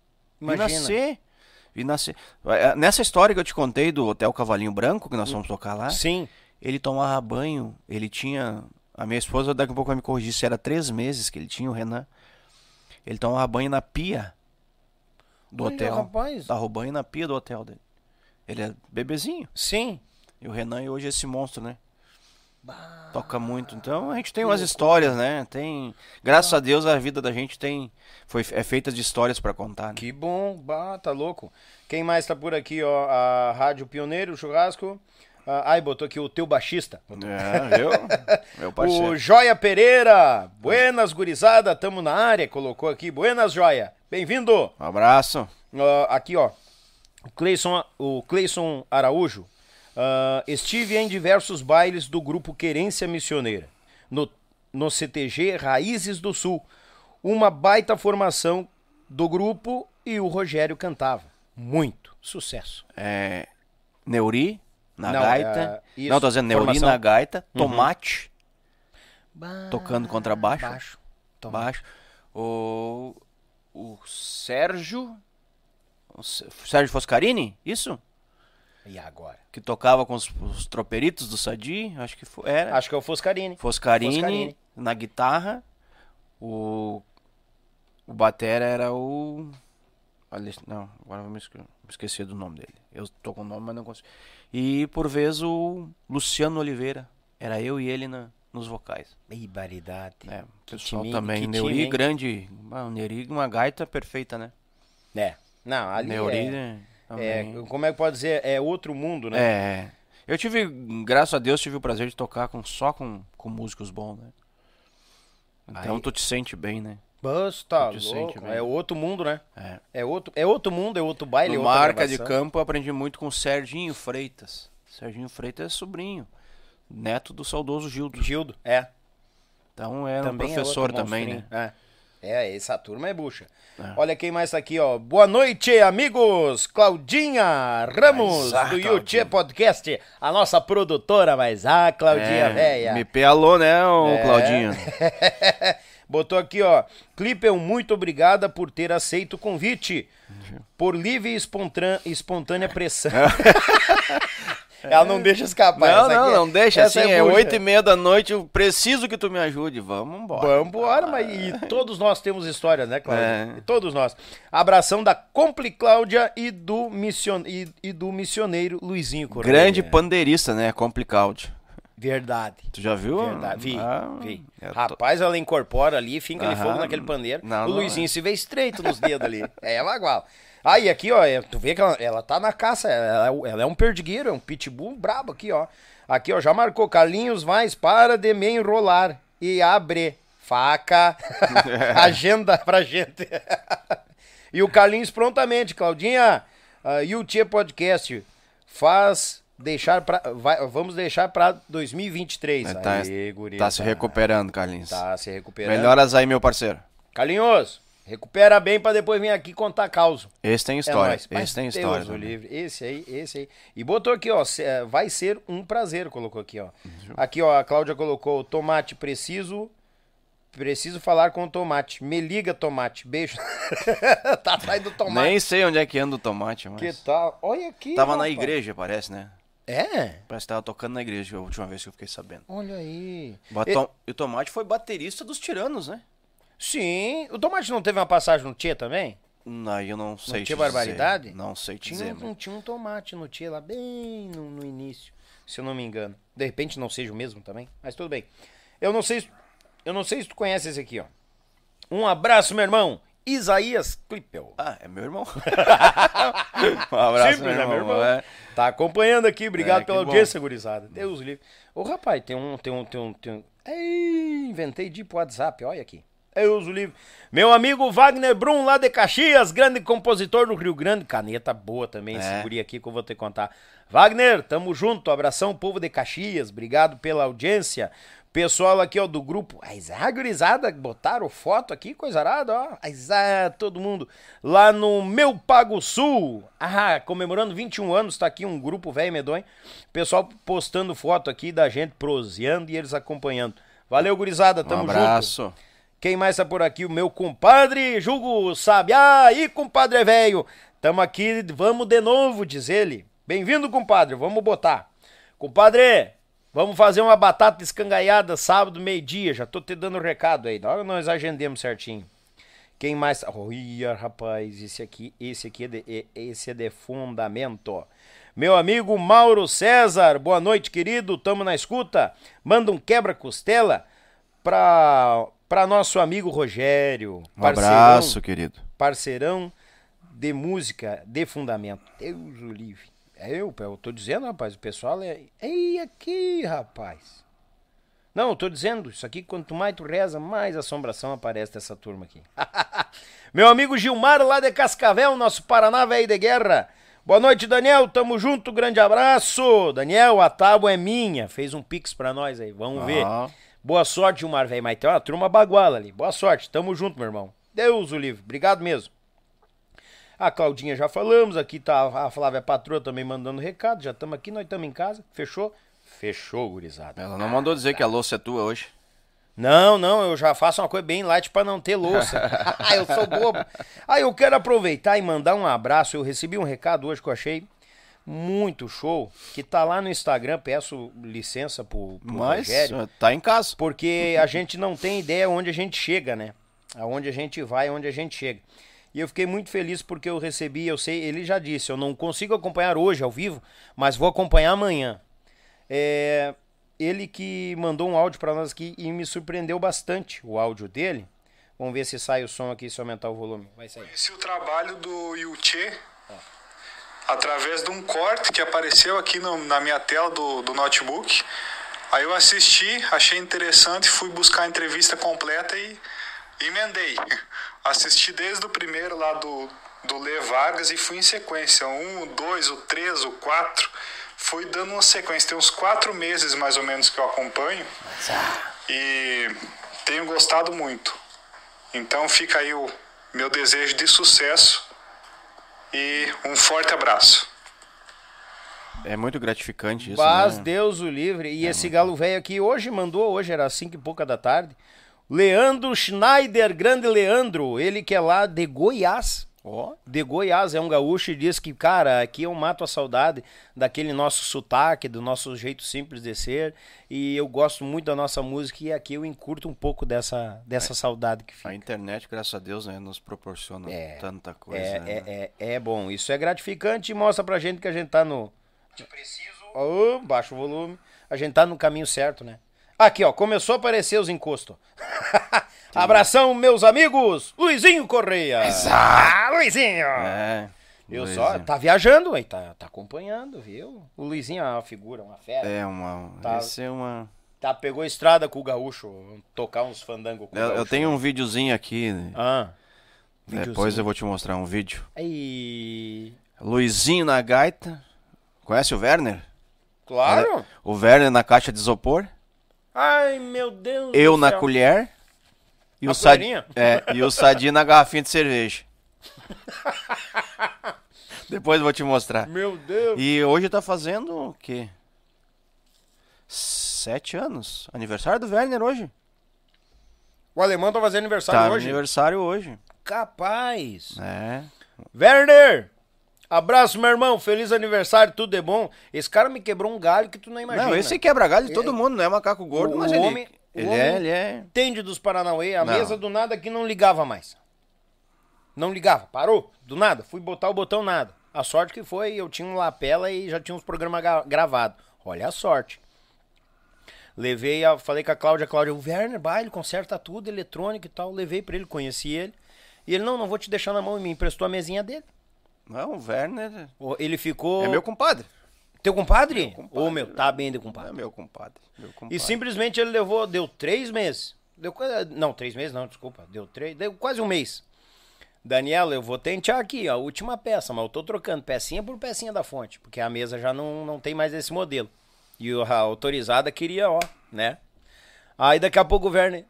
Vi nascer. Nessa história que eu te contei do Hotel Cavalinho Branco, que nós fomos tocar lá. Sim. Ele tomava banho, ele tinha... A minha esposa daqui a pouco vai me corrigir, se era 3 meses que ele tinha, o Renan. Ele tomava banho na pia do hotel. Rapaz. Dava banho na pia do hotel dele. Ele é bebezinho. Sim. E o Renan hoje é esse monstro, né? Toca muito. Então a gente tem umas histórias, né? Graças a Deus a vida da gente é feita de histórias pra contar, né? Que bom. Tá louco. Quem mais tá por aqui, ó? A Rádio Pioneiro, Churrasco. Botou aqui o teu baixista. Viu? Meu parceiro. O Joia Pereira. Buenas, gurizada. Tamo na área. Colocou aqui. Buenas, Joia. Bem-vindo. Um abraço. Aqui, ó. O Cleison Araújo. Estive em diversos bailes do grupo Querência Missioneira, no CTG Raízes do Sul. Uma baita formação do grupo e o Rogério cantava. Muito sucesso. Neuri na gaita. Não, tô dizendo Neuri na gaita. Tomate. Tocando contrabaixo. Baixo. O Sérgio Foscarini, isso? E agora? Que tocava com os troperitos do Sadi, acho que era. Acho que é o Foscarini. Foscarini na guitarra. O batera era o... Não, agora eu me esqueci do nome dele. Eu tô com o nome, mas não consigo. E por vez o Luciano Oliveira. Era eu e ele nos vocais. Barbaridade. O pessoal também. Neuri grande. O Neuri, uma gaita perfeita, né? Não, ali Neuri, como é que pode dizer? É outro mundo, né? Eu tive, graças a Deus, tive o prazer de tocar só com músicos bons, né? Então tu te sente bem, né? Tá louco. É outro mundo, né? É outro mundo, é outro baile. No Marca de Campo eu aprendi muito com o Serginho Freitas. Serginho Freitas é sobrinho, neto do saudoso Gildo. Então era também um professor também, né? Essa turma é bucha. Olha quem mais tá aqui, ó. Boa noite, amigos. Claudinha Ramos, do YouTube Podcast. A nossa produtora, mas Claudinha, véia. Me pealou, né, Claudinha? Botou aqui, ó. Clipper, muito obrigada por ter aceito o convite. Por livre e espontânea pressão. Ela não deixa escapar. Não deixa. Assim, é 8h30 da noite, eu preciso que tu me ajude. Vamos embora. Vamos embora, mas e todos nós temos histórias, né, Cláudia? E todos nós. Abração da Compli Cláudia e do missioneiro Luizinho Correia. Grande pandeirista, né, Compli Cláudia. Verdade. Tu já viu? Verdade. Vi. Rapaz, ela incorpora ali, finca ele fogo naquele pandeiro. O Luizinho se vê estreito nos dedos ali. É bagual. Aí, aqui, ó, tu vê que ela tá na caça, ela é um perdigueiro, é um pitbull brabo aqui, ó. Aqui, ó, já marcou, Carlinhos Vaz, para de me enrolar e abre faca, agenda pra gente. E o Carlinhos prontamente, Claudinha, YouTube Podcast, vamos deixar pra 2023. Aí, tá se recuperando, Carlinhos. Tá se recuperando. Melhoras aí, meu parceiro. Carlinhos, recupera bem pra depois vir aqui contar causa. Esse tem história. Esse tem história. Deus, livre. Esse aí. E botou aqui, ó, vai ser um prazer, colocou aqui, ó. Aqui, ó, a Cláudia colocou, Tomate, preciso falar com o Tomate. Me liga, Tomate. Beijo. Tá atrás do Tomate. Nem sei onde é que anda o Tomate, mas... Que tal? Olha aqui, Tava na igreja, parece, né? Parece que tava tocando na igreja a última vez que eu fiquei sabendo. Olha aí. E o Tomate foi baterista dos Tiranos, né? Sim. O Tomate não teve uma passagem no Tchê também? Não, eu não sei. Não tinha Barbaridade? Não sei te dizer. Tinha um Tomate no Tchê lá bem no início, se eu não me engano. De repente não seja o mesmo também, mas tudo bem. Eu não sei se tu conhece esse aqui, ó. Um abraço, meu irmão. Isaías Clippel. É meu irmão. Um abraço, simples, meu irmão. Tá acompanhando aqui, obrigado pela audiência, gurizada. Deus livre. Ô, rapaz, tem um... Ei, inventei de ir pro WhatsApp, olha aqui. Deus livre. Meu amigo Wagner Brum, lá de Caxias, grande compositor do Rio Grande. Caneta boa também, esse guri aqui que eu vou te contar. Wagner, tamo junto, abração, povo de Caxias, obrigado pela audiência. Pessoal aqui, ó, do grupo, gurizada, botaram foto aqui, coisa arada, ó, todo mundo, lá no Meu Pago Sul, comemorando 21 anos, tá aqui um grupo velho medonho, pessoal postando foto aqui da gente proseando e eles acompanhando. Valeu, gurizada, tamo junto. Um abraço. Quem mais tá por aqui? O meu compadre, Jugo sabe, aí, compadre velho, tamo aqui, vamos de novo, diz ele. Bem-vindo, compadre, vamos botar. Compadre, vamos fazer uma batata escangaiada sábado, meio-dia. Já tô te dando recado aí. Na hora nós agendemos certinho. Quem mais? Olha, rapaz, esse é de fundamento. Meu amigo Mauro César, boa noite, querido. Tamo na escuta. Manda um quebra-costela pra nosso amigo Rogério. Um abraço, querido. Parceirão de música de fundamento. Deus o livre. Eu tô dizendo, rapaz, o pessoal Ei, aqui, rapaz. Não, eu tô dizendo, isso aqui, quanto mais tu reza, mais assombração aparece dessa turma aqui. Meu amigo Gilmar, lá de Cascavel, nosso Paraná velho de guerra. Boa noite, Daniel, tamo junto, grande abraço. Daniel, a tábua é minha, fez um pix pra nós aí, vamos ver. Boa sorte, Gilmar, velho, mas tem uma turma baguala ali. Boa sorte, tamo junto, meu irmão. Deus o livre, obrigado mesmo. A Claudinha já falamos, aqui tá a Flávia Patroa também mandando recado, já estamos aqui, nós estamos em casa, fechou? Fechou, gurizada. Ela não mandou dizer que a louça é tua hoje. Não, eu já faço uma coisa bem light pra não ter louça. Eu sou bobo. Eu quero aproveitar e mandar um abraço, eu recebi um recado hoje que eu achei muito show, que tá lá no Instagram, peço licença pro Rogério. Tá em casa. Porque a gente não tem ideia onde a gente chega, né? Aonde a gente vai, onde a gente chega. E eu fiquei muito feliz porque eu recebi, eu sei, ele já disse, eu não consigo acompanhar hoje ao vivo, mas vou acompanhar amanhã. Ele que mandou um áudio para nós aqui e me surpreendeu bastante o áudio dele. Vamos ver se sai o som aqui, se aumentar o volume. Vai sair. Conheci o trabalho do Yuchê através de um corte que apareceu aqui na minha tela do notebook. Aí eu assisti, achei interessante, fui buscar a entrevista completa e emendei. Assisti desde o primeiro lá do Lê Vargas e fui em sequência. 1, o 2, o 3, o 4. Fui dando uma sequência. Tem uns 4 meses mais ou menos que eu acompanho. E tenho gostado muito. Então fica aí o meu desejo de sucesso e um forte abraço. É muito gratificante isso, Mas né? Deus o livre. E esse galo velho aqui hoje era 5 e pouca da tarde. Leandro Schneider, grande Leandro, ele que é lá de Goiás. De Goiás, é um gaúcho e diz que, cara, aqui eu mato a saudade daquele nosso sotaque, do nosso jeito simples de ser, e eu gosto muito da nossa música e aqui eu encurto um pouco dessa saudade que fica. A internet, graças a Deus, né, nos proporciona tanta coisa. É bom, isso é gratificante e mostra pra gente que a gente tá no... Baixa o volume. A gente tá no caminho certo, né? Aqui, ó, começou a aparecer os encostos. Abração, meus amigos! Luizinho Correia! Luizinho! Eu Luizinho. só, tá viajando, aí, tá acompanhando, viu? O Luizinho é uma figura, uma fera. Esse é uma... Pegou estrada com o gaúcho, tocar uns fandangos com o gaúcho. Eu tenho um videozinho aqui. Videozinho. Depois eu vou te mostrar um vídeo. Aí... Luizinho na gaita. Conhece o Werner? Claro! O Werner na caixa de isopor. Ai, meu Deus Eu do na céu. colher. E A o Sadi... colherinha? e o Sadi na garrafinha de cerveja. Depois eu vou te mostrar. Meu Deus! E hoje tá fazendo o quê? 7 anos. Aniversário do Werner hoje. O alemão tá fazendo aniversário hoje? Aniversário hoje. Capaz! É. Werner! Abraço, meu irmão. Feliz aniversário, tudo é bom. Esse cara me quebrou um galho que tu não imagina. Não, esse quebra galho de todo mundo, não é macaco gordo, mas ele é... Entende dos Paranauê. A Não. mesa do nada aqui não ligava mais. Não ligava, parou, do nada. Fui botar o botão, nada. A sorte que foi, eu tinha um lapela e já tinha uns programas gravados. Olha a sorte. Falei com a Cláudia, o Werner, ele conserta tudo, eletrônico e tal. Levei pra ele, conheci ele. E ele, não vou te deixar na mão, e me emprestou a mesinha dele. Não, o Werner... Ele ficou... É meu compadre. Teu compadre? Meu compadre. Meu, tá bem de compadre. É meu compadre. E simplesmente ele deu 3 meses. Não, 3 meses não, desculpa. Deu quase um mês. Daniela, eu vou tentear aqui, ó, a última peça, mas eu tô trocando pecinha por pecinha da fonte, porque a mesa já não tem mais esse modelo. E a autorizada queria, né? Aí daqui a pouco o Werner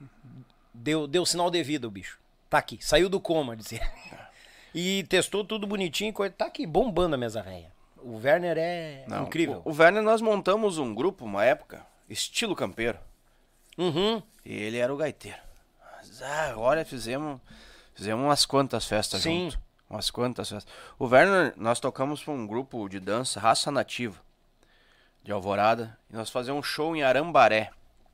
deu sinal de vida, o bicho. Tá aqui, saiu do coma, dizer. E testou tudo bonitinho, tá aqui, bombando a mesa velha. O Werner é incrível. O Werner, nós montamos um grupo, uma época, estilo campeiro. Uhum. E ele era o gaiteiro. Mas, olha, fizemos umas quantas festas junto. Umas quantas festas. O Werner, nós tocamos para um grupo de dança, Raça Nativa, de Alvorada. E nós fazíamos um show em Arambaré.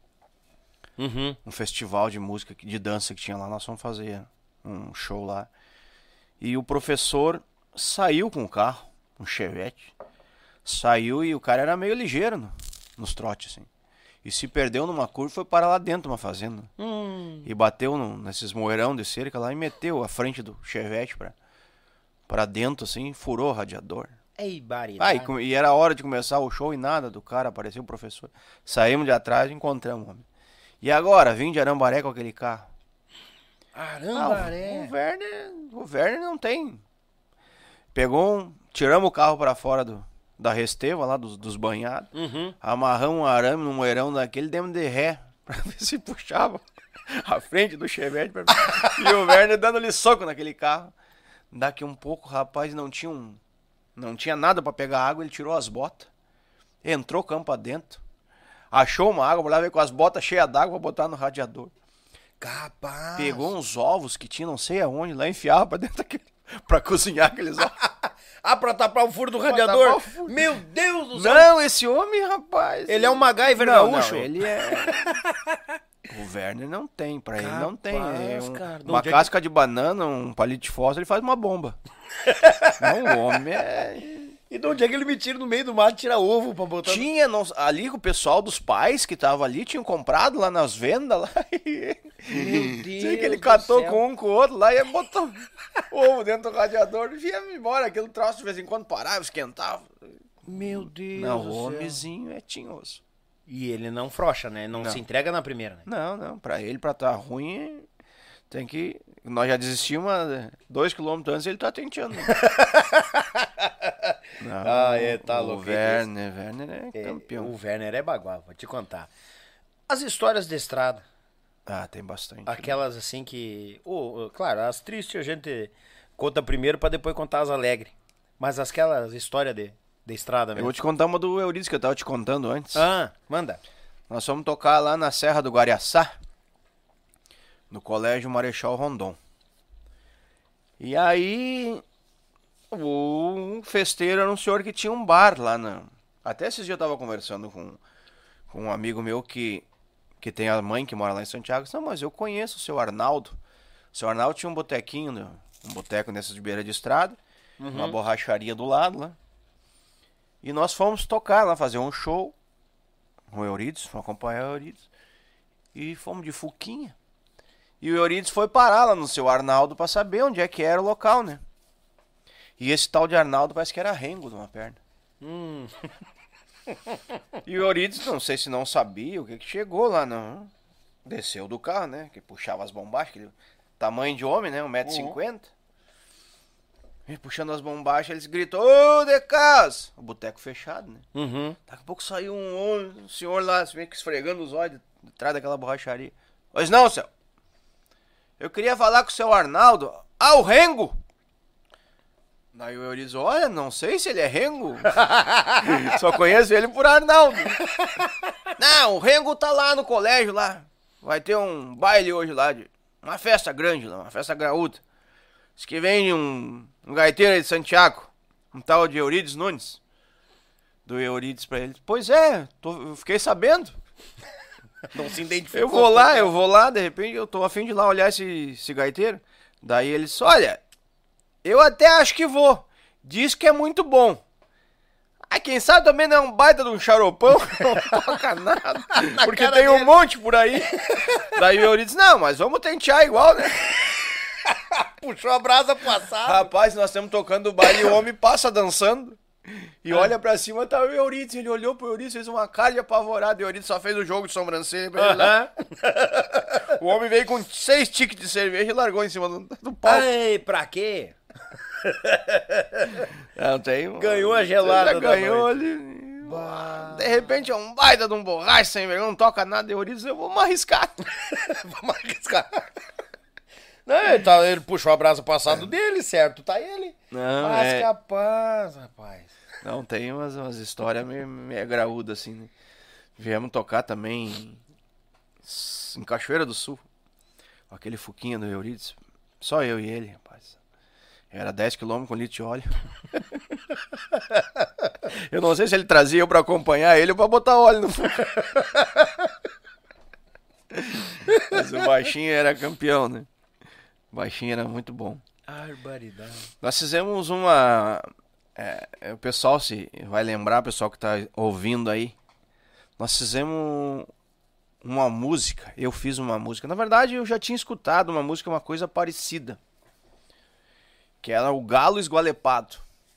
Uhum. Um festival de música, de dança que tinha lá. Nós fomos fazer um show lá. E o professor saiu com o carro, um Chevette. Saiu e o cara era meio ligeiro nos trotes, assim. E se perdeu numa curva e foi parar lá dentro de uma fazenda. E bateu nesses moeirão de cerca lá e meteu a frente do Chevette pra dentro, assim, furou o radiador. Ei, E era hora de começar o show e nada do cara, apareceu o professor. Saímos de atrás e encontramos o homem. E agora, vim de Arambaré com aquele carro. Arambaré. O Werner não tem. Tiramos o carro pra fora da Resteva, lá dos banhados. Uhum. Amarramos um arame no moeirão daquele, demos de ré, pra ver se puxava a frente do Chevette. E o Werner dando-lhe soco naquele carro. Daqui um pouco, o rapaz não tinha nada pra pegar água, ele tirou as botas, entrou campo adentro, achou uma água, lá veio com as botas cheias d'água pra botar no radiador. Capaz. Pegou uns ovos que tinha não sei aonde, lá enfiava pra dentro daquele... pra cozinhar aqueles ovos. Pra tapar o furo do radiador? Meu Deus do céu. Não, esse homem, rapaz... Ele é um MacGyver gaúcho? Não, ele é... O Werner não tem, pra ele não tem. Cara, uma casca de banana, um palito de fósforo, ele faz uma bomba. Não, o homem é... E de onde é que ele me tira no meio do mato e tira ovo pra botar... Tinha, ali com o pessoal dos pais que tava ali, tinham comprado lá nas vendas lá. Meu Deus. Sei que ele catou com um com o outro lá e botou ovo dentro do radiador e ia embora. Aquele troço de vez em quando parava, esquentava. Meu Deus. Não, o homenzinho é tinhoso. E ele não frouxa, né? Não se entrega na primeira, né? Não. Pra ele, pra tá ruim, tem que... Nós já desistimos 2 km antes e ele tá tenteando. Não, tá louco. O Werner é campeão. O Werner é bagual, vou te contar. As histórias de estrada. Ah, tem bastante. Aquelas assim que... claro, as tristes a gente conta primeiro pra depois contar as alegres. Mas aquelas histórias de estrada mesmo. Eu vou te contar uma do Eurídice que eu tava te contando antes. Ah, manda. Nós fomos tocar lá na Serra do Guariaçá, no Colégio Marechal Rondon. E aí, o festeiro era um senhor que tinha um bar lá na... Até esses dias eu tava conversando com um amigo meu que tem a mãe que mora lá em Santiago. Não, mas eu conheço o seu Arnaldo. O seu Arnaldo tinha um botequinho, um boteco nessas de beira de estrada, uma borracharia do lado lá. E nós fomos tocar lá, fazer um show com o Eurídice, fomos acompanhar o Eurídice. E fomos de Fuquinha. E o Eurídice foi parar lá no seu Arnaldo pra saber onde é que era o local, né? E esse tal de Arnaldo parece que era rengo de uma perna. E o Eurídice, não sei se não sabia o que chegou lá, não. Desceu do carro, né? Que puxava as bombachas, aquele tamanho de homem, né? 1,50 m. E puxando as bombachas, eles gritou: ô, de casa! O boteco fechado, né? Daqui a pouco saiu um senhor lá, meio que esfregando os olhos de trás daquela borracharia. Pois não, seu. Eu queria falar com o seu Arnaldo. Ah, o rengo! Daí o Eurídice, olha, não sei se ele é rengo. Só conheço ele por Arnaldo. Não, o rengo tá lá no colégio lá. Vai ter um baile hoje lá, uma festa grande lá, uma festa graúda. Diz que vem um gaiteiro aí de Santiago, um tal de Eurídice Nunes. Do Eurídice pra ele. Pois é, eu fiquei sabendo. Não se identificou. Eu vou lá, de repente eu tô a fim de ir lá olhar esse gaiteiro. Daí ele disse, olha, eu até acho que vou. Diz que é muito bom. Ah, quem sabe também não é um baita de um charopão, não toca nada. Porque tem um monte por aí. Daí o Eurídice, não, mas vamos tentear igual, né? Puxou a brasa passada. Rapaz, nós estamos tocando o baile e o homem passa dançando. E olha pra cima, tá o Eurídice. Ele olhou pro Eurídice, fez uma cara de apavorado. E o Eurídice só fez o jogo de sobrancelha pra ele lá. O homem veio com 6 tickets de cerveja e largou em cima do palco. Ai, pra quê? Não, tem ganhou a gelada. Já ganhou ali. De repente é um baita de um borracha sem vergonha, não toca nada de Eurídice. Eu vou me arriscar. Vamos arriscar. Não, ele puxou a brasa passada dele, certo? Tá ele. Não, mas capaz, rapaz. Não, tem umas histórias meio graúdas, assim, né? Viemos tocar também em Cachoeira do Sul. Aquele Fuquinha do Eurídice. Só eu e ele, rapaz. Era 10 km com litro de óleo. Eu não sei se ele trazia eu pra acompanhar ele ou pra botar óleo no fogo. Mas o baixinho era campeão, né? O baixinho era muito bom. Barbaridade. Nós fizemos uma... o pessoal se vai lembrar, o pessoal que tá ouvindo aí. Nós fizemos uma música. Eu fiz uma música. Na verdade, eu já tinha escutado uma música, uma coisa parecida. Que era o Galo Esgualepado.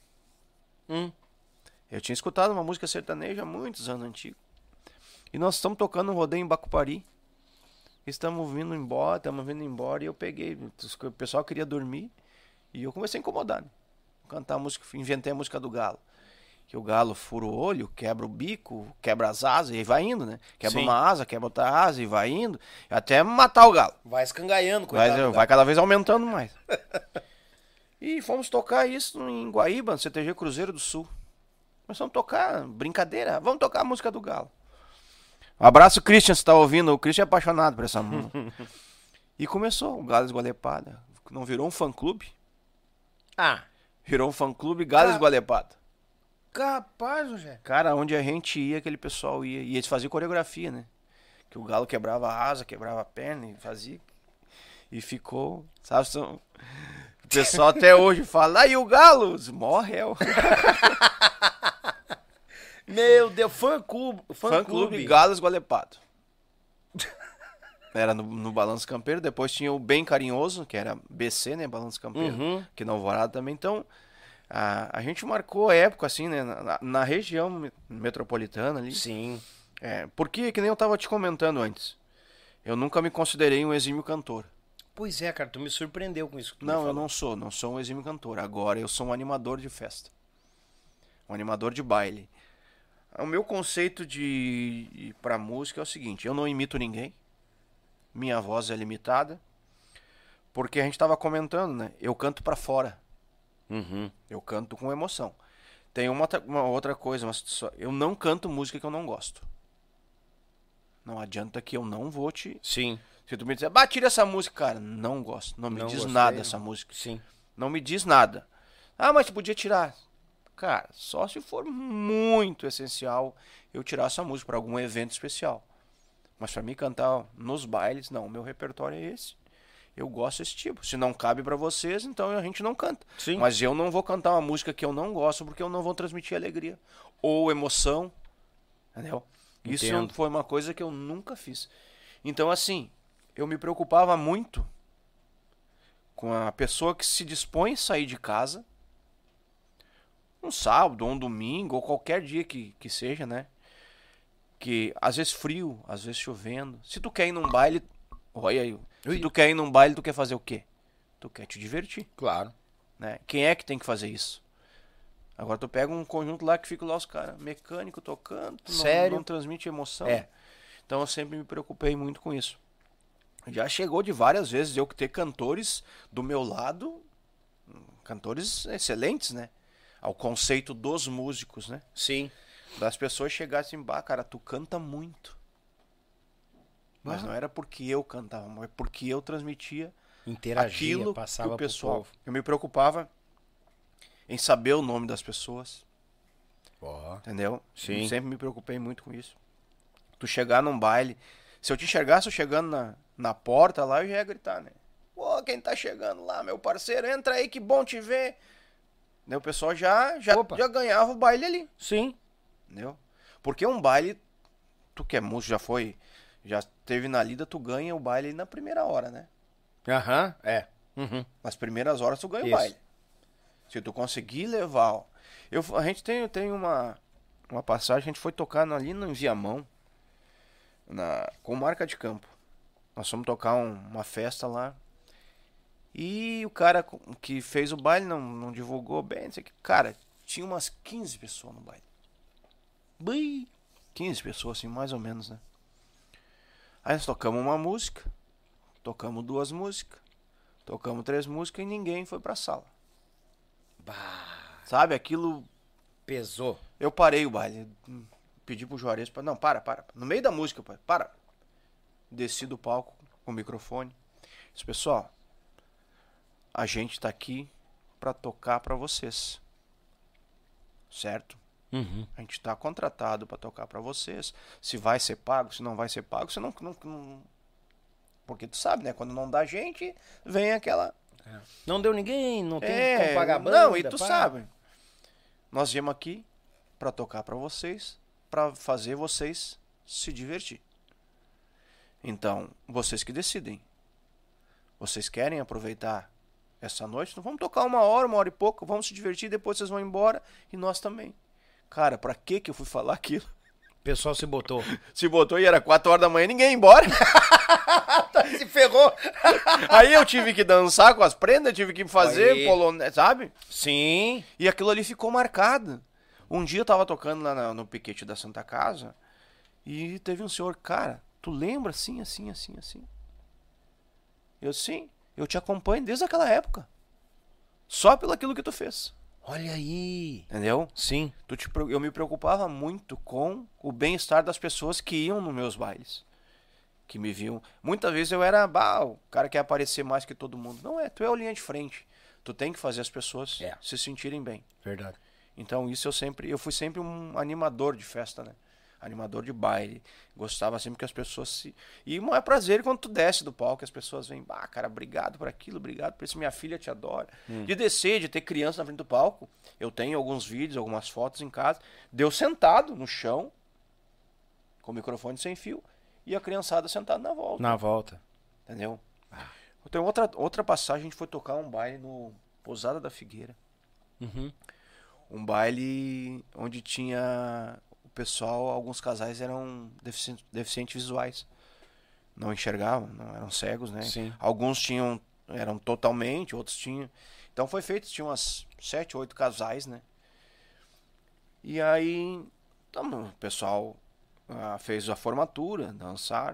Eu tinha escutado uma música sertaneja há muitos anos antigo. E nós estamos tocando um rodeio em Bacupari. Estamos vindo embora e eu peguei. O pessoal queria dormir e eu comecei a incomodar, né? Cantar a música, inventei a música do galo. Que o galo fura o olho, quebra o bico, quebra as asas e vai indo, né? Quebra uma asa, quebra outra asa e vai indo, até matar o galo. Vai escangaiando, coitado. Vai cada vez aumentando mais. E fomos tocar isso em Guaíba, no CTG Cruzeiro do Sul. Começamos a tocar, brincadeira, vamos tocar a música do galo. Um abraço, Christian, se tá ouvindo. O Christian é apaixonado por essa música. E começou o Galo Esgualepado. Não virou um fã-clube? Virou um fã-clube Galo Esgualepado. Capaz, José. Cara, onde a gente ia, aquele pessoal ia. E eles faziam coreografia, né? Que o galo quebrava a asa, quebrava a perna e fazia. E ficou, sabe? O pessoal até hoje fala, e o galo? Morre, Meu Deus, fã-clube Galo Esgualepado. Era no Balanço Campeiro. Depois tinha o Bem Carinhoso, que era BC, né? Balanço Campeiro. Que na Alvorada também. Então, a gente marcou a época, assim, né? Na região metropolitana ali. Sim. Porque, que nem eu tava te comentando antes, eu nunca me considerei um exímio cantor. Pois é, cara, tu me surpreendeu com isso que tu Não, eu não sou um exímio cantor. Agora eu sou um animador de festa. Um animador de baile. O meu conceito pra música é o seguinte, eu não imito ninguém. minha voz é limitada, porque a gente tava comentando, né? Eu canto pra fora. Eu canto com emoção. Tem uma outra coisa, mas eu não canto música que eu não gosto. Não adianta que eu não vou te... Sim. Se tu me disser, tira essa música, cara, não gosto. Não me diz nada essa música. Sim. Não me diz nada. Mas tu podia tirar. Cara, só se for muito essencial eu tirar essa música para algum evento especial. Mas para mim cantar nos bailes, não, meu repertório é esse. Eu gosto desse tipo. Se não cabe para vocês, então a gente não canta. Sim. Mas eu não vou cantar uma música que eu não gosto porque eu não vou transmitir alegria ou emoção. Entendeu? Isso foi uma coisa que eu nunca fiz. Então, assim, eu me preocupava muito com a pessoa que se dispõe a sair de casa um sábado, ou um domingo, ou qualquer dia que seja, né? Que às vezes frio, às vezes chovendo. Se tu quer ir num baile, olha aí. Se tu quer ir num baile, tu quer fazer o quê? Tu quer te divertir. Claro. Né? Quem é que tem que fazer isso? Agora tu pega um conjunto lá que fica lá os caras mecânico tocando, Sério? Não transmite emoção. É. Então eu sempre me preocupei muito com isso. Já chegou de várias vezes eu ter cantores do meu lado, cantores excelentes, né? Ao conceito dos músicos, né? Sim. Das pessoas chegassem, cara, tu canta muito. Mas não era porque eu cantava, mas porque eu transmitia aquilo passava pro pessoal. Povo. Eu me preocupava em saber o nome das pessoas. Entendeu? Sim. Eu sempre me preocupei muito com isso. Tu chegar num baile, se eu te enxergasse eu chegando na porta lá, eu já ia gritar, né? Quem tá chegando lá, meu parceiro, entra aí, que bom te ver. Daí o pessoal já ganhava o baile ali. Sim. Entendeu? Porque um baile, tu que é músico, já teve na lida, tu ganha o baile na primeira hora, né? É. Nas primeiras horas tu ganha o baile. Se tu conseguir levar... A gente tem uma passagem, a gente foi tocar ali no Viamão, com marca de campo. Nós fomos tocar uma festa lá. E o cara que fez o baile não divulgou bem. Não sei o que. Cara, tinha umas 15 pessoas no baile. 15 pessoas, assim, mais ou menos, né? Aí nós tocamos uma música, tocamos 2 músicas, tocamos 3 músicas e ninguém foi pra sala. Sabe, aquilo... Pesou. Eu parei o baile, pedi pro Juarez, não, para. No meio da música, para. Desci do palco com o microfone. Disse, pessoal, a gente tá aqui pra tocar pra vocês. Certo? A gente tá contratado pra tocar pra vocês. Se vai ser pago, se não vai ser pago, você não... Porque tu sabe, né? Quando não dá gente, vem aquela... Não deu ninguém, não tem como pagar banda. Não, e tu sabe. Nós viemos aqui pra tocar pra vocês, pra fazer vocês se divertir. Então, vocês que decidem. Vocês querem aproveitar essa noite? Então vamos tocar 1 hora e pouco, vamos se divertir, depois vocês vão embora e nós também. Cara, pra que eu fui falar aquilo? O pessoal se botou. Se botou e era 4 horas da manhã, ninguém ia embora. Se ferrou. Aí eu tive que dançar com as prendas, tive que fazer polonês, sabe? Sim. E aquilo ali ficou marcado. Um dia eu tava tocando lá no piquete da Santa Casa e teve um senhor, cara, tu lembra assim? Eu, sim, eu te acompanho desde aquela época. Só pelo aquilo que tu fez. Olha aí. Entendeu? Sim. Eu me preocupava muito com o bem-estar das pessoas que iam nos meus bailes. Que me viam. Muitas vezes eu era, o cara quer aparecer mais que todo mundo. Não é, tu é o linha de frente. Tu tem que fazer as pessoas se sentirem bem. Verdade. Então isso eu fui sempre um animador de festa, né? Animador de baile. Gostava sempre que as pessoas E não é prazer quando tu desce do palco, as pessoas vêm, cara, obrigado por aquilo, obrigado por isso, minha filha te adora. De descer, de ter criança na frente do palco. Eu tenho alguns vídeos, algumas fotos em casa. Deu sentado no chão, com o microfone sem fio, e a criançada sentada na volta. Na volta. Entendeu? Tem outra passagem, a gente foi tocar um baile no Pousada da Figueira. Um baile onde tinha... pessoal, alguns casais eram deficientes visuais. Não enxergavam, não eram cegos, né? Sim. Alguns eram totalmente, outros tinham. Então tinha umas 7, 8 casais, né? E aí, o pessoal fez a formatura, dançaram.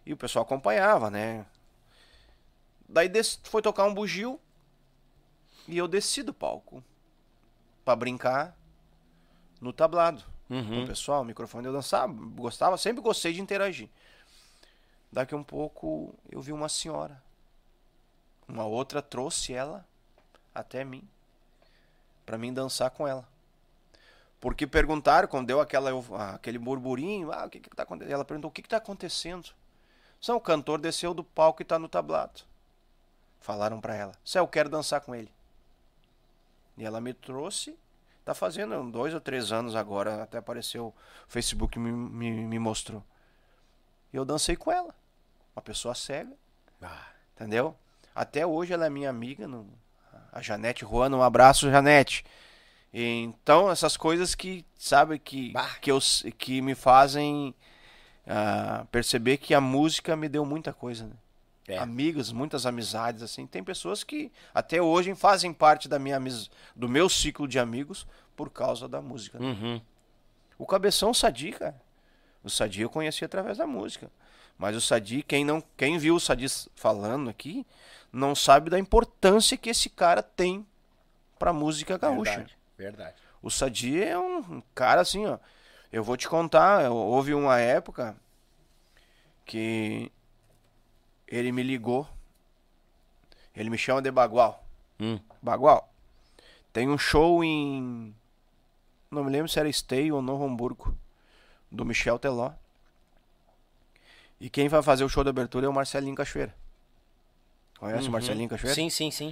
E o pessoal acompanhava, né? Daí foi tocar um bugio e eu desci do palco pra brincar no tablado com o pessoal, o microfone eu dançava, gostava, sempre gostei de interagir. Daqui um pouco eu vi uma senhora, uma outra trouxe ela até mim, pra mim dançar com ela. Porque perguntaram, quando deu aquele burburinho, o que tá acontecendo? Ela perguntou, o que tá acontecendo? O cantor desceu do palco e tá no tablado. Falaram pra ela, eu quero dançar com ele. E ela me trouxe, tá fazendo 2 ou 3 anos agora, até apareceu o Facebook me mostrou. E eu dancei com ela, uma pessoa cega, entendeu? Até hoje ela é minha amiga, a Janete Ruano, um abraço, Janete. Então, essas coisas que, sabe, que me fazem perceber que a música me deu muita coisa, né? Amigos, muitas amizades, assim. Tem pessoas que até hoje fazem parte do meu ciclo de amigos por causa da música, né? O Cabeção, o Sadi, cara. O Sadi eu conheci através da música. Mas o Sadi, quem viu o Sadi falando aqui, não sabe da importância que esse cara tem pra música gaúcha. Verdade. O Sadi é um cara assim, ó. Eu vou te contar, houve uma época que ele me ligou. Ele me chama de Bagual. Bagual, tem um show em... Não me lembro se era Esteio ou Novo Hamburgo, do Michel Teló. E quem vai fazer o show de abertura é o Marcelinho Cachoeira. Conhece o Marcelinho Cachoeira? Sim.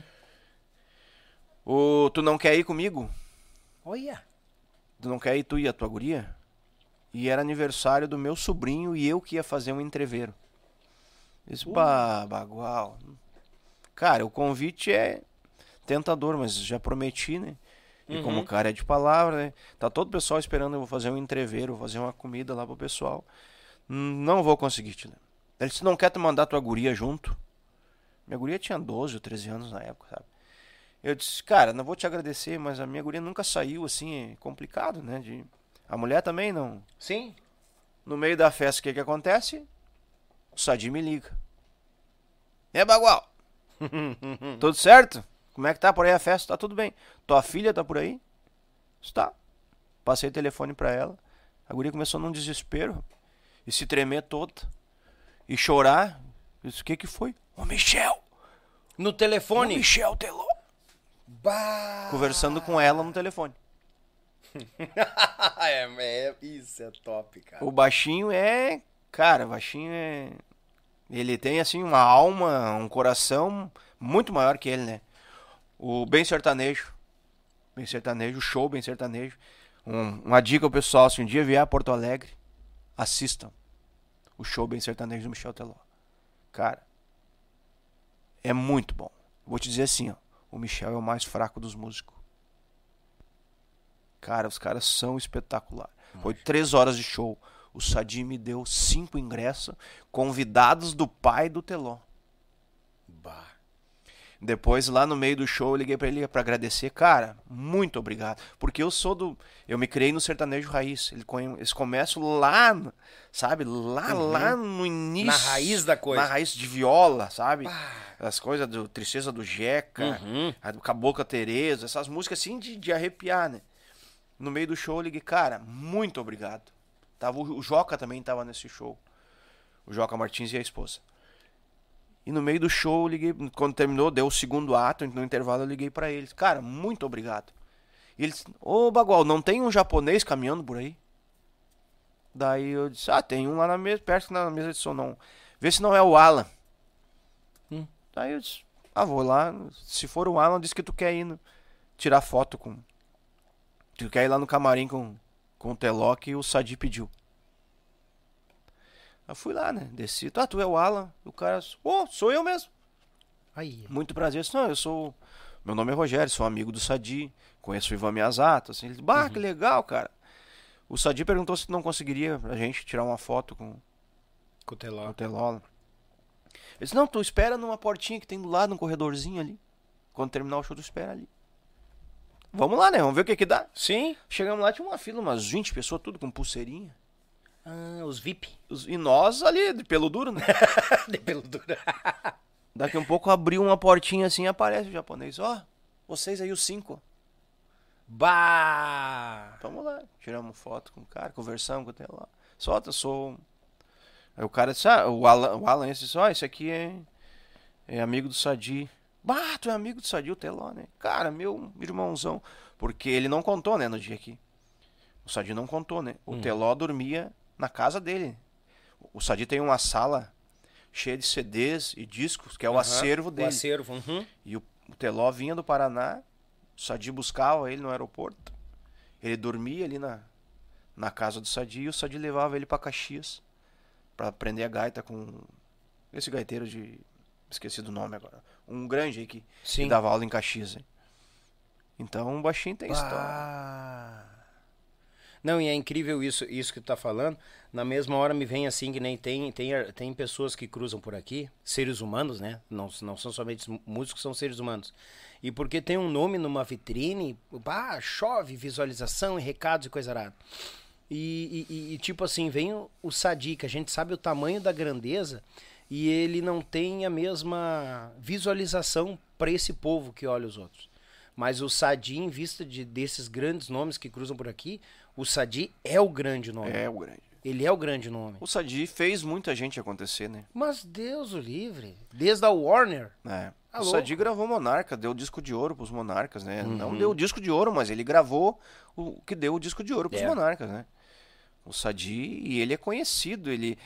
Tu não quer ir comigo? Olha. Tu não quer ir, tu e a tua guria? E era aniversário do meu sobrinho e eu que ia fazer um entreveiro. Disse, Bagual. Cara, o convite é tentador, mas já prometi, né? E como o cara é de palavra, né? Tá todo o pessoal esperando eu vou fazer um entreveiro, vou fazer uma comida lá pro pessoal. Não vou conseguir, Tila. Ele disse, não quer te mandar tua guria junto? Minha guria tinha 12 ou 13 anos na época, sabe? Eu disse, cara, não vou te agradecer, mas a minha guria nunca saiu, assim, é complicado, né? A mulher também não. Sim. No meio da festa, o que acontece? O Sadi me liga. Bagual. Tudo certo? Como é que tá por aí a festa? Tá tudo bem. Tua filha tá por aí? Está. Passei o telefone pra ela. A guria começou num desespero. E se tremer toda. E chorar. Eu disse, o que foi? O Michel. No telefone? O Michel Teló. Conversando com ela no telefone. Isso é top, cara. O baixinho é... Cara, o baixinho é... Ele tem, assim, uma alma, um coração muito maior que ele, né? O Bem Sertanejo. Bem Sertanejo, o show Bem Sertanejo. Uma dica ao pessoal, se um dia vier a Porto Alegre, assistam o show Bem Sertanejo do Michel Teló. Cara, é muito bom. Vou te dizer assim, ó. O Michel é o mais fraco dos músicos. Cara, os caras são espetaculares. Foi 3 horas de show. O Sadi me deu 5 ingressos, convidados do pai do Teló. Depois, lá no meio do show, eu liguei pra ele pra agradecer. Cara, muito obrigado. Porque eu me criei no sertanejo raiz. Eles começam lá, sabe? Lá no início. Na raiz da coisa. Na raiz de viola, sabe? As coisas do Tristeza do Jeca, a do Cabocla Tereza, essas músicas assim de arrepiar, né? No meio do show, eu liguei, cara, muito obrigado. O Joca também tava nesse show. O Joca Martins e a esposa. E no meio do show, eu liguei, quando terminou, deu o segundo ato, no intervalo eu liguei pra eles. Cara, muito obrigado. E eles, Bagual, não tem um japonês caminhando por aí? Daí eu disse, tem um lá na mesa, perto na mesa de som, não. Vê se não é o Alan. Daí eu disse, vou lá. Se for o Alan, diz que tu quer ir tirar foto com... Tu quer ir lá no camarim com o Teló que o Sadi pediu. Eu fui lá, né? Desci. Tu é o Alan? O cara, sou eu mesmo. Aí. Muito prazer. Eu sou... Meu nome é Rogério, sou amigo do Sadi. Conheço o Ivan Miyazato. Assim. Ele disse, que legal, cara. O Sadi perguntou se não conseguiria a gente tirar uma foto com o Teló. Ele disse, não, tu espera numa portinha que tem do lado, num corredorzinho ali. Quando terminar o show, tu espera ali. Vamos lá, né? Vamos ver o que dá. Sim. Chegamos lá, tinha uma fila, umas 20 pessoas, tudo com pulseirinha. Ah, os VIP. E nós ali, de pelo duro, né? De pelo duro. Daqui um pouco abriu uma portinha assim e aparece o japonês. Ó, vocês aí os 5. Bah! Vamos lá. Tiramos foto com o cara, conversamos com o Teló. Solta, sou... Aí o cara disse, o Alan esse disse, esse aqui é amigo do Sadi. Bah, tu é amigo do Sadi, o Teló, né? Cara, meu irmãozão. Porque ele não contou, né, no dia aqui. O Sadi não contou, né? O Teló dormia na casa dele. O Sadi tem uma sala cheia de CDs e discos, que é o acervo dele. O acervo, E o Teló vinha do Paraná, o Sadi buscava ele no aeroporto. Ele dormia ali na casa do Sadi e o Sadi levava ele pra Caxias pra aprender a gaita com esse gaiteiro de... Esqueci do nome agora. Um grande aí que dava aula em Caxias. Hein? Então o baixinho tem história. Não, e é incrível isso que tu tá falando. Na mesma hora me vem assim que nem tem pessoas que cruzam por aqui, seres humanos, né? Não são somente músicos, são seres humanos. E porque tem um nome numa vitrine, chove visualização e recados e coisa arada. E tipo assim, vem o Sadi, que a gente sabe o tamanho da grandeza e ele não tem a mesma visualização para esse povo que olha os outros. Mas o Sadi, em vista desses grandes nomes que cruzam por aqui, o Sadi é o grande nome. É o grande. Ele é o grande nome. O Sadi fez muita gente acontecer, né? Mas Deus o livre. Desde a Warner. O Sadi gravou Monarca, deu disco de ouro pros Monarcas, né? Não deu disco de ouro, mas ele gravou o que deu o disco de ouro pros Monarcas, né? O Sadi, e ele é conhecido, ele...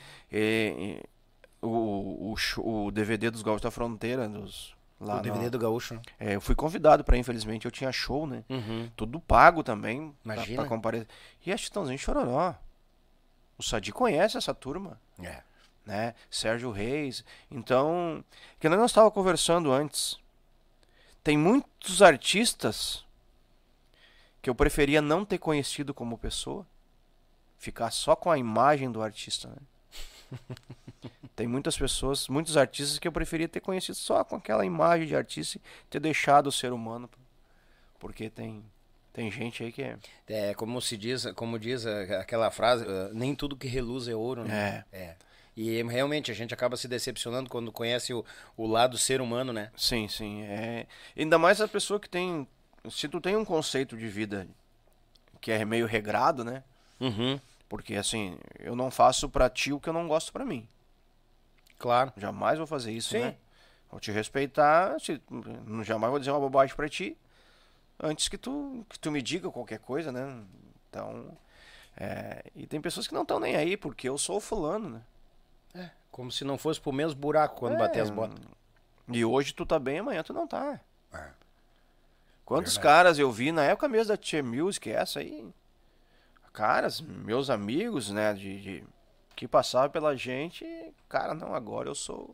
o DVD dos Gaúchos da Fronteira, o DVD do Gaúcho. Eu fui convidado pra, infelizmente, eu tinha show, né? Tudo pago também. Imagina. Pra comparecer. E a Chitãozinho Chororó. O Sadi conhece essa turma. Né? Sérgio Reis. Então, que nós estávamos conversando antes. Tem muitos artistas que eu preferia não ter conhecido como pessoa. Ficar só com a imagem do artista, né? Tem muitas pessoas, muitos artistas que eu preferia ter conhecido só com aquela imagem de artista e ter deixado o ser humano. Porque tem gente aí que é... como diz aquela frase, nem tudo que reluz é ouro, né? E realmente a gente acaba se decepcionando quando conhece o lado ser humano, né? Sim. Ainda mais a pessoa que tem... Se tu tem um conceito de vida que é meio regrado, né? Porque assim, eu não faço pra ti o que eu não gosto pra mim. Claro. Jamais vou fazer isso, né? Vou te respeitar, jamais vou dizer uma bobagem pra ti antes que tu me diga qualquer coisa, né? Então, e tem pessoas que não estão nem aí, porque eu sou o fulano, né? Como se não fosse pro mesmo buraco quando bater as botas. E hoje tu tá bem, amanhã tu não tá. Quantos caras eu vi na época mesmo da Tchê Music, essa aí? Caras, meus amigos, né, que passavam pela gente, cara, não, agora eu sou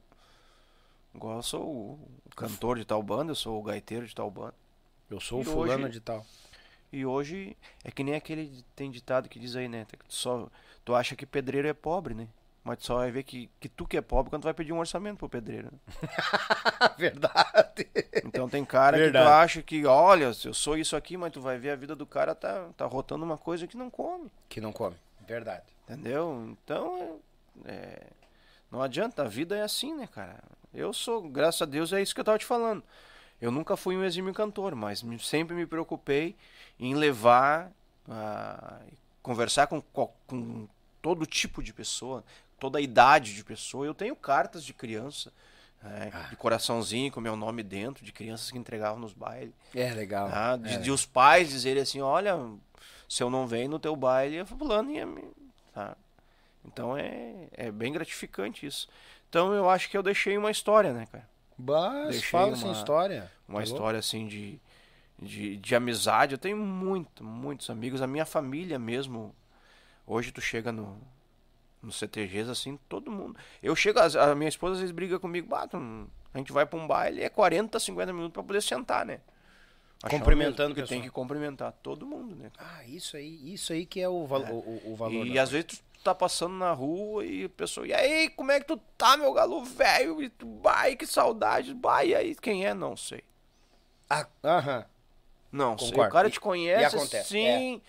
o cantor de tal banda, eu sou o gaiteiro de tal banda. Eu sou o fulano de tal. E hoje é que nem aquele tem ditado que diz aí, né, tu acha que pedreiro é pobre, né? Mas tu só vai ver que tu que é pobre quando tu vai pedir um orçamento pro pedreiro. Né? Verdade. Então tem cara que tu acha que, olha, eu sou isso aqui, mas tu vai ver a vida do cara tá rotando uma coisa que não come. Verdade. Entendeu? Então, não adianta, a vida é assim, né, cara? Eu sou, graças a Deus, é isso que eu tava te falando. Eu nunca fui um exímio cantor, mas sempre me preocupei em levar, conversar com todo tipo de pessoa, toda a idade de pessoa. Eu tenho cartas de criança, de coraçãozinho com meu nome dentro, de crianças que entregavam nos bailes. Legal. De os pais dizerem assim, olha, se eu não venho no teu baile, eu fulano ia me... Então é bem gratificante isso. Então eu acho que eu deixei uma história, né, cara? Fala essa história. Uma história assim de amizade. Eu tenho muitos amigos. A minha família mesmo. Hoje tu chega nos CTGs assim, todo mundo. Eu chego, a minha esposa às vezes briga comigo, a gente vai pra um baile, é 40, 50 minutos pra poder sentar, né? Cumprimentando que tem que cumprimentar todo mundo, né? Isso aí que é o valor. E às vezes tu tá passando na rua e a pessoa, e aí, como é que tu tá, meu galo velho? E tu, que saudade, e aí, quem é? Não sei. Não sei, o cara te conhece, acontece, sim,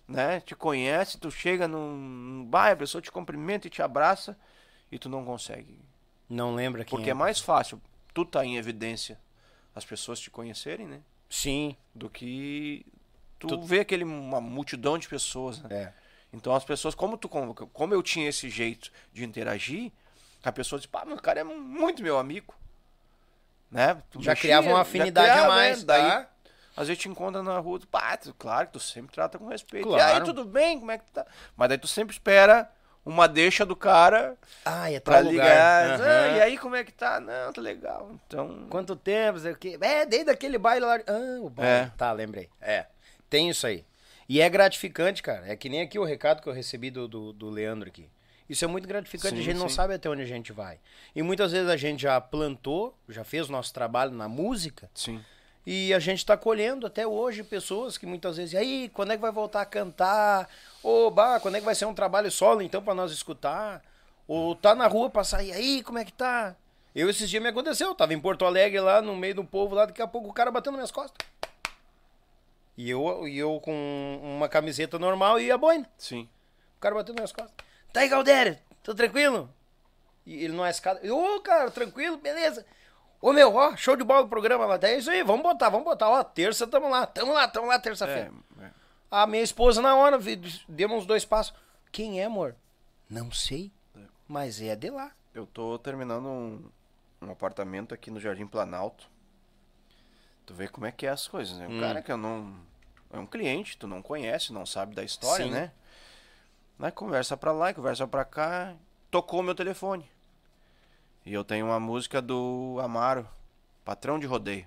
né? Te conhece, tu chega num bar, a pessoa te cumprimenta e te abraça e tu não consegue. Não lembra quem Porque é mais fácil tu tá em evidência, as pessoas te conhecerem, né? Sim. Do que tu vê uma multidão de pessoas, né? É. Então as pessoas, como eu tinha esse jeito de interagir, a pessoa diz, pá, meu cara é muito meu amigo. Né? Já criava uma afinidade a mais, né? tá? Daí, às vezes te encontra na rua, tu, pá, claro que tu sempre trata com respeito. Claro. E aí, tudo bem? Como é que tu tá? Mas daí tu sempre espera uma deixa do cara É pra tal ligar. lugar. Ah, Aham. e aí, como é que tá? Não, tá legal. Então, Quanto tempo, sei o quê. Desde aquele baile lá. O baile. Tá, lembrei. Tem isso aí. E é gratificante, cara. É que nem aqui o recado que eu recebi do Leandro aqui. Isso é muito gratificante, Sim, a gente não sim. sabe até onde a gente vai. E muitas vezes a gente já plantou, já fez o nosso trabalho na música, sim. e a gente tá colhendo até hoje pessoas que muitas vezes, e aí, quando é que vai voltar a cantar? Ô, quando é que vai ser um trabalho solo, então, pra nós escutar? Ou tá na rua pra sair, e aí, como é que tá? Esses dias me aconteceu, eu tava em Porto Alegre lá, no meio do povo lá, daqui a pouco o cara batendo nas minhas costas. E eu com uma camiseta normal e a boina. Sim. O cara batendo nas minhas costas. Tá aí, Galdério? Tô tranquilo? E ele não é escada. Ô, cara, tranquilo, beleza. Ô, meu, ó, show de bola do programa lá. É isso aí, vamos botar. Ó, terça tamo lá terça-feira. A minha esposa na hora, demos uns 2 passos. Quem é, amor? Não sei, mas é de lá. Eu tô terminando um apartamento aqui no Jardim Planalto. Tu vê como é que é as coisas, né? Um cara que eu não... É um cliente, tu não conhece, não sabe da história, Sim. né? Aí conversa pra lá, conversa pra cá. Tocou o meu telefone. E eu tenho uma música do Amaro, Patrão de Rodeio.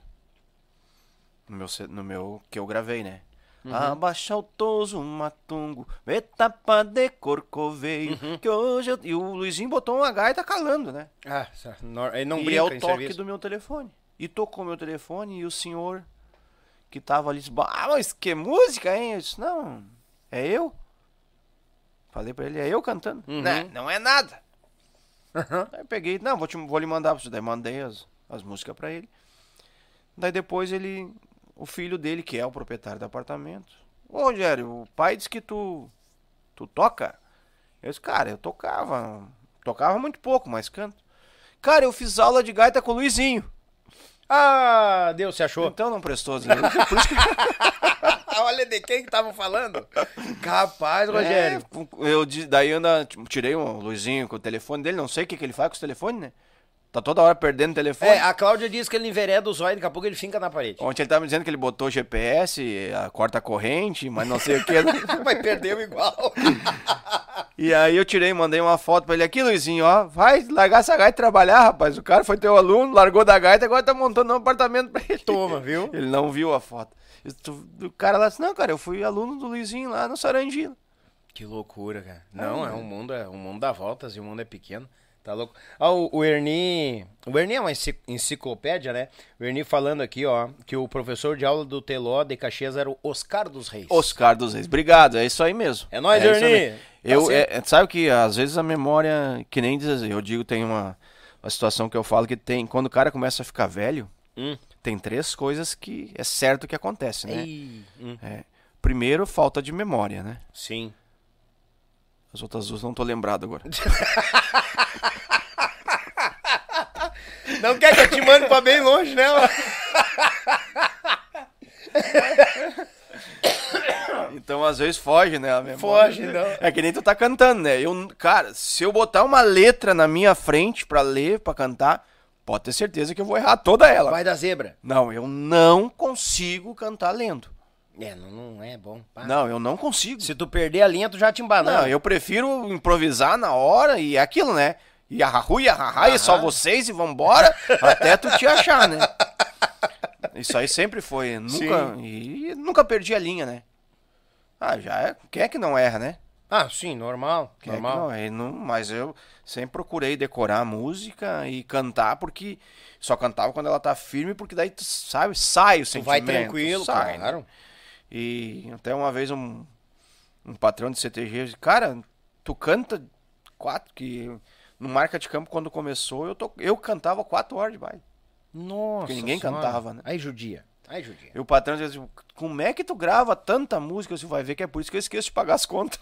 No meu que eu gravei, né? Abaixa o toso, matungo, etapa de corcoveio. Que hoje E o Luizinho botou uma gaita calando, né? Ele não E brinca é o em toque serviço. do meu telefone. E tocou meu telefone e o senhor que tava ali disse, mas que música, hein? Eu disse, não, é eu. Falei pra ele, é eu cantando. Não é nada. Aí eu peguei, não, vou lhe mandar pra você. Daí mandei as músicas pra ele. Daí depois o filho dele, que é o proprietário do apartamento. Ô, Rogério, o pai disse que tu toca? Eu disse, cara, eu tocava muito pouco, mas canto. Cara, eu fiz aula de gaita com o Luizinho. Deus se achou. Então não prestou. Por isso que... Olha de quem que tava falando. Capaz, Rogério. Daí eu tirei o Luizinho com o telefone dele, não sei o que ele faz com os telefones, né? Tá toda hora perdendo o telefone. A Cláudia disse que ele envereda o zóio, daqui a pouco ele finca na parede. Ontem ele tava me dizendo que ele botou GPS, corta a corrente, mas não sei o que. Mas perdeu igual. E aí eu mandei uma foto pra ele aqui, Luizinho, ó, vai largar essa gaita e trabalhar, rapaz. O cara foi teu aluno, largou da gaita, agora tá montando um apartamento pra ele. Toma, viu? Ele não viu a foto. O cara lá disse, não, cara, eu fui aluno do Luizinho lá no Sarandino. Que loucura, cara. Não, o mundo dá voltas e o mundo é pequeno. Tá louco? O Ernie é uma enciclopédia, né? O Ernie falando aqui, ó, que o professor de aula do Teló de Caxias era o Oscar dos Reis. Oscar dos Reis. Obrigado, é isso aí mesmo. É nóis, Ernie. Sabe que às vezes a memória, que nem diz, eu digo, tem uma situação que eu falo que tem, quando o cara começa a ficar velho, tem 3 coisas que é certo que acontece, né? Primeiro, falta de memória, né? Sim. As outras 2 não tô lembrado agora. Não quer que eu te mande pra bem longe, né? Então, às vezes, foge, né? A memória. Foge, não. É que nem tu tá cantando, né? Cara, se eu botar uma letra na minha frente pra ler, pra cantar, pode ter certeza que eu vou errar toda ela. Vai da zebra. Não, eu não consigo cantar lendo. Não é bom. Pá. Não, eu não consigo. Se tu perder a linha, tu já te embanana. Não, eu prefiro improvisar na hora e é aquilo, né? E é só vocês e vambora até tu te achar, né? Isso aí sempre foi. Nunca perdi a linha, né? Quem é que não erra, né? Sim, normal. Quem é que não erra? Mas eu sempre procurei decorar a música e cantar, porque só cantava quando ela tá firme, porque daí tu sabe, sai o sentimento. Vai tranquilo, sai, claro. Né? E até uma vez um patrão de CTG disse, cara, tu canta 4, que no Marca de Campo, quando começou, eu cantava 4 horas de baile. Nossa. Porque ninguém senhora. cantava, né? Aí judia. Ai, Judinha. E o patrão dizia assim, como é que tu grava tanta música? Você vai ver que é por isso que eu esqueço de pagar as contas.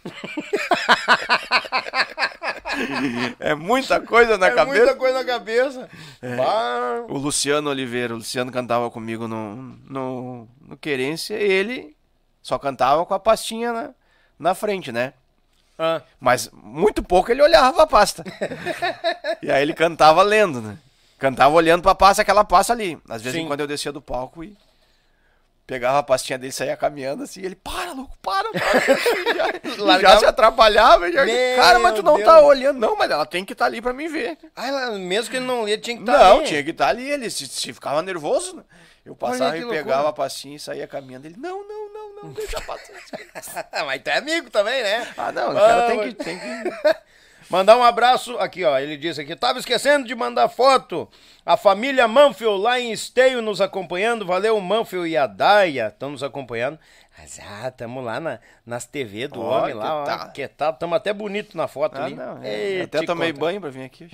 É muita coisa na cabeça. Muita coisa na cabeça. O Luciano Oliveira, o Luciano cantava comigo no Querência, e ele só cantava com a pastinha na frente, né? Mas muito pouco ele olhava pra pasta. E aí ele cantava lendo, né? Cantava olhando pra pasta, aquela pasta ali. Às vezes, quando eu descia do palco e pegava a pastinha dele, saía caminhando assim, e ele, para, louco, para. já se atrapalhava. Cara, mas tu não tá olhando. Não, mas ela tem que estar ali pra mim ver. Mesmo que ele não lia, tinha que estar ali. Não, tinha que estar ali. Ele se ficava nervoso, né? Eu passava e pegava a pastinha e saía caminhando. Ele, não, deixa passar. Mas tu é amigo também, né? Não, o cara tem que... Mandar um abraço aqui, ó. Ele disse aqui, tava esquecendo de mandar foto. A família Manfield lá em Esteio nos acompanhando. Valeu, Manfield e a Daia estão nos acompanhando. Mas tamo lá nas TV do homem lá, ó. Que tal? Tamo até bonito na foto ali. Não, até tomei banho pra vir aqui.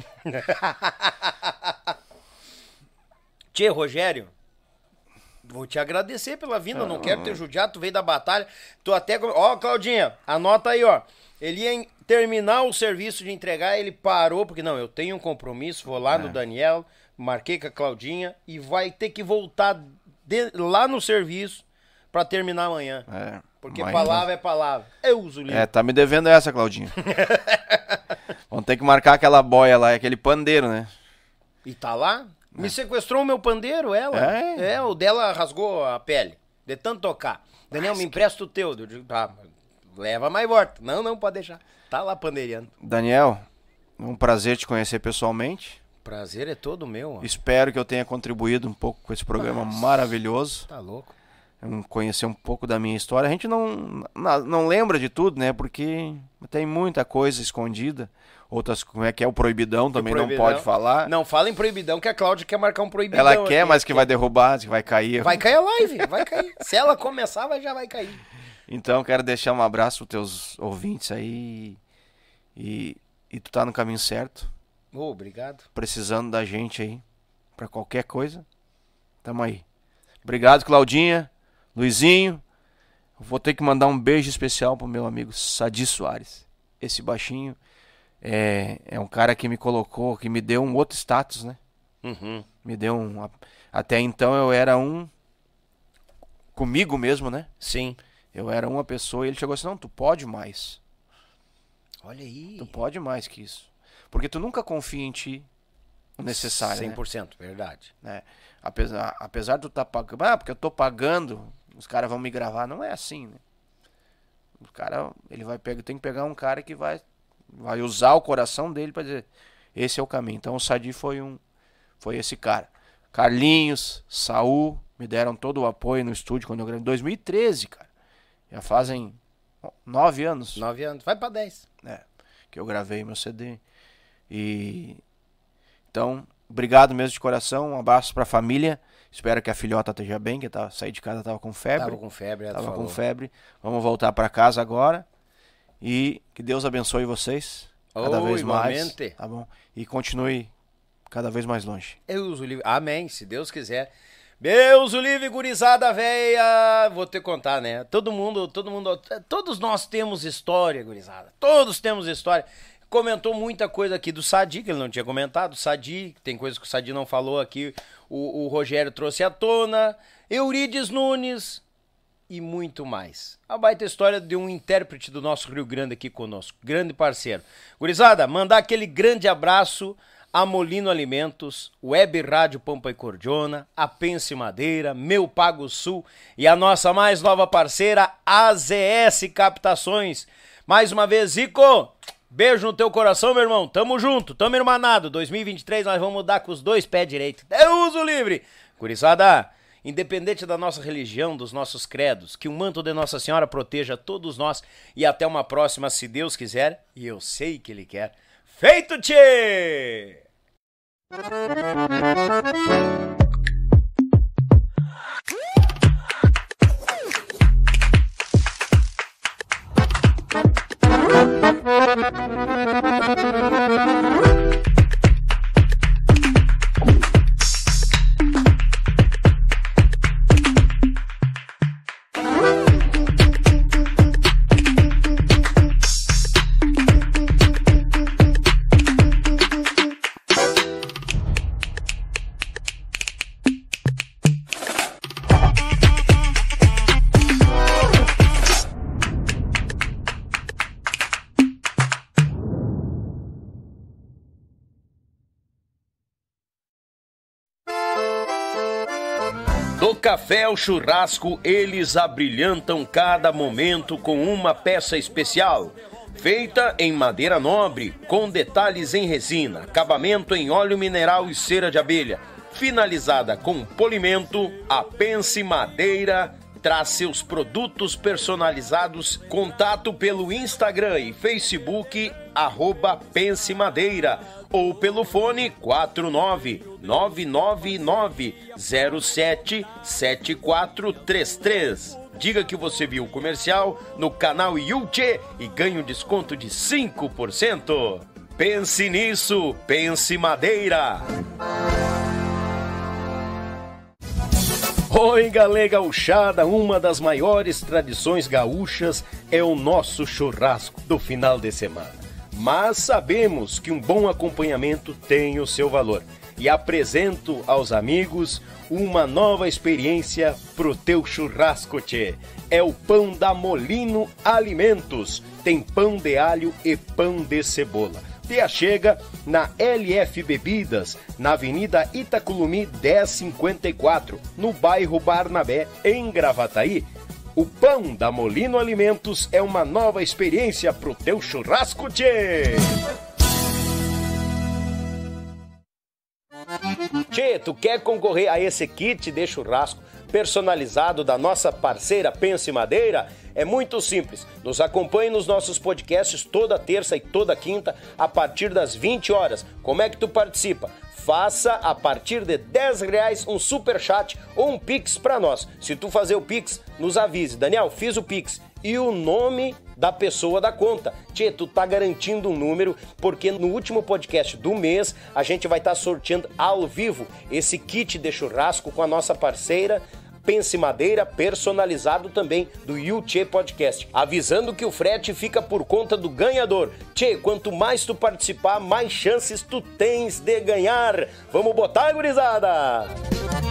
Tchê, Rogério, vou te agradecer pela vinda. Não quero ter judiado, tu veio da batalha. Tu até... Ó, Claudinha, anota aí, ó. Ele ia terminar o serviço de entregar, ele parou, porque não, eu tenho um compromisso, vou lá no Daniel, marquei com a Claudinha e vai ter que voltar lá no serviço pra terminar amanhã. Porque palavra é palavra. Eu uso o livro. Tá me devendo essa, Claudinha. Vamos ter que marcar aquela boia lá, aquele pandeiro, né? E tá lá? Me sequestrou o meu pandeiro, ela. O dela rasgou a pele, de tanto tocar. Daniel, me empresta o teu. Eu digo, tá, leva mais volta. Não, pode deixar. Tá lá pandeirando. Daniel, um prazer te conhecer pessoalmente. Prazer é todo meu. Ó. Espero que eu tenha contribuído um pouco com esse programa maravilhoso. Tá louco. Conhecer um pouco da minha história. A gente não lembra de tudo, né? Porque tem muita coisa escondida. Outras, como é que é o proibidão, também não pode falar. Não, fala em proibidão, que a Cláudia quer marcar um proibidão. Ela quer, mas que vai derrubar, que vai cair. Vai cair a live, vai cair. Se ela começar, já vai cair. Então, quero deixar um abraço para os teus ouvintes aí. E tu tá no caminho certo. Obrigado. Precisando da gente aí, para qualquer coisa. Tamo aí. Obrigado, Claudinha, Luizinho. Eu vou ter que mandar um beijo especial pro meu amigo Sadi Soares. Esse baixinho é um cara que me colocou, que me deu um outro status, né? Me deu um... Até então eu era comigo mesmo, né? Sim. Eu era uma pessoa e ele chegou assim, não, tu pode mais. Olha aí. Tu pode mais que isso. Porque tu nunca confia em ti o necessário, 100%, né? verdade. Apesar de tu tá pagando... porque eu tô pagando, os caras vão me gravar. Não é assim, né? O cara, tem que pegar um cara que vai usar o coração dele pra dizer, esse é o caminho. Então o Sadi foi esse cara. Carlinhos, Saul, me deram todo o apoio no estúdio quando eu gravei. Em 2013, cara. Já fazem 9 anos. 9 anos, vai pra 10. Que eu gravei meu CD. Então, obrigado mesmo de coração. Um abraço pra família. Espero que a filhota esteja bem, que saí de casa, tava com febre. Tava com febre. Vamos voltar pra casa agora. E que Deus abençoe vocês cada vez mais. Tá bom? E continue cada vez mais longe. Deus o livre. Amém, se Deus quiser. Deus o livre, gurizada véia. Vou te contar, né? Todos nós temos história, gurizada. Todos temos história. Comentou muita coisa aqui do Sadi, que ele não tinha comentado. Sadi, tem coisas que o Sadi não falou aqui. O Rogério trouxe à tona. Eurides Nunes e muito mais. A baita história de um intérprete do nosso Rio Grande aqui conosco. Grande parceiro. Gurizada, mandar aquele grande abraço a Molino Alimentos, Web Rádio Pampa e Cordiona, a Pense Madeira, Meu Pago Sul e a nossa mais nova parceira, AZS Captações. Mais uma vez, Zico, beijo no teu coração, meu irmão. Tamo junto, tamo irmanado. 2023 nós vamos mudar com os 2 pés direitos. Deus o livre. Gurizada, independente da nossa religião, dos nossos credos, que o manto de Nossa Senhora proteja todos nós e até uma próxima, se Deus quiser, e eu sei que Ele quer. Feito, tchê! café ao churrasco, eles abrilhantam cada momento com uma peça especial. Feita em madeira nobre, com detalhes em resina, acabamento em óleo mineral e cera de abelha. Finalizada com polimento, a Pense Madeira traz seus produtos personalizados. Contato pelo Instagram e Facebook, @Pense Madeira, ou pelo fone 49999077433. Diga que você viu o comercial no canal Yuchê e ganhe um desconto de 5%. Pense nisso, Pense Madeira. Oi, galera gauchada, uma das maiores tradições gaúchas é o nosso churrasco do final de semana. Mas sabemos que um bom acompanhamento tem o seu valor. E apresento aos amigos uma nova experiência pro teu churrasco, tchê. É o pão da Molino Alimentos. Tem pão de alho e pão de cebola. Te achega na LF Bebidas, na Avenida Itaculumi 1054, no bairro Barnabé, em Gravataí. O pão da Molino Alimentos é uma nova experiência pro teu churrasco, tchê! Tchê, tu quer concorrer a esse kit de churrasco personalizado da nossa parceira Pense Madeira? É muito simples. Nos acompanhe nos nossos podcasts toda terça e toda quinta a partir das 20 horas. Como é que tu participa? Faça a partir de R$10 um superchat ou um Pix para nós. Se tu fazer o Pix, nos avise. Daniel, fiz o Pix. E o nome da pessoa da conta. Tchê, tu tá garantindo um número, porque no último podcast do mês a gente vai estar sorteando ao vivo esse kit de churrasco com a nossa parceira Pense Madeira, personalizado também do Yuchê Podcast. Avisando que o frete fica por conta do ganhador. Tchê, quanto mais tu participar, mais chances tu tens de ganhar. Vamos botar, gurizada?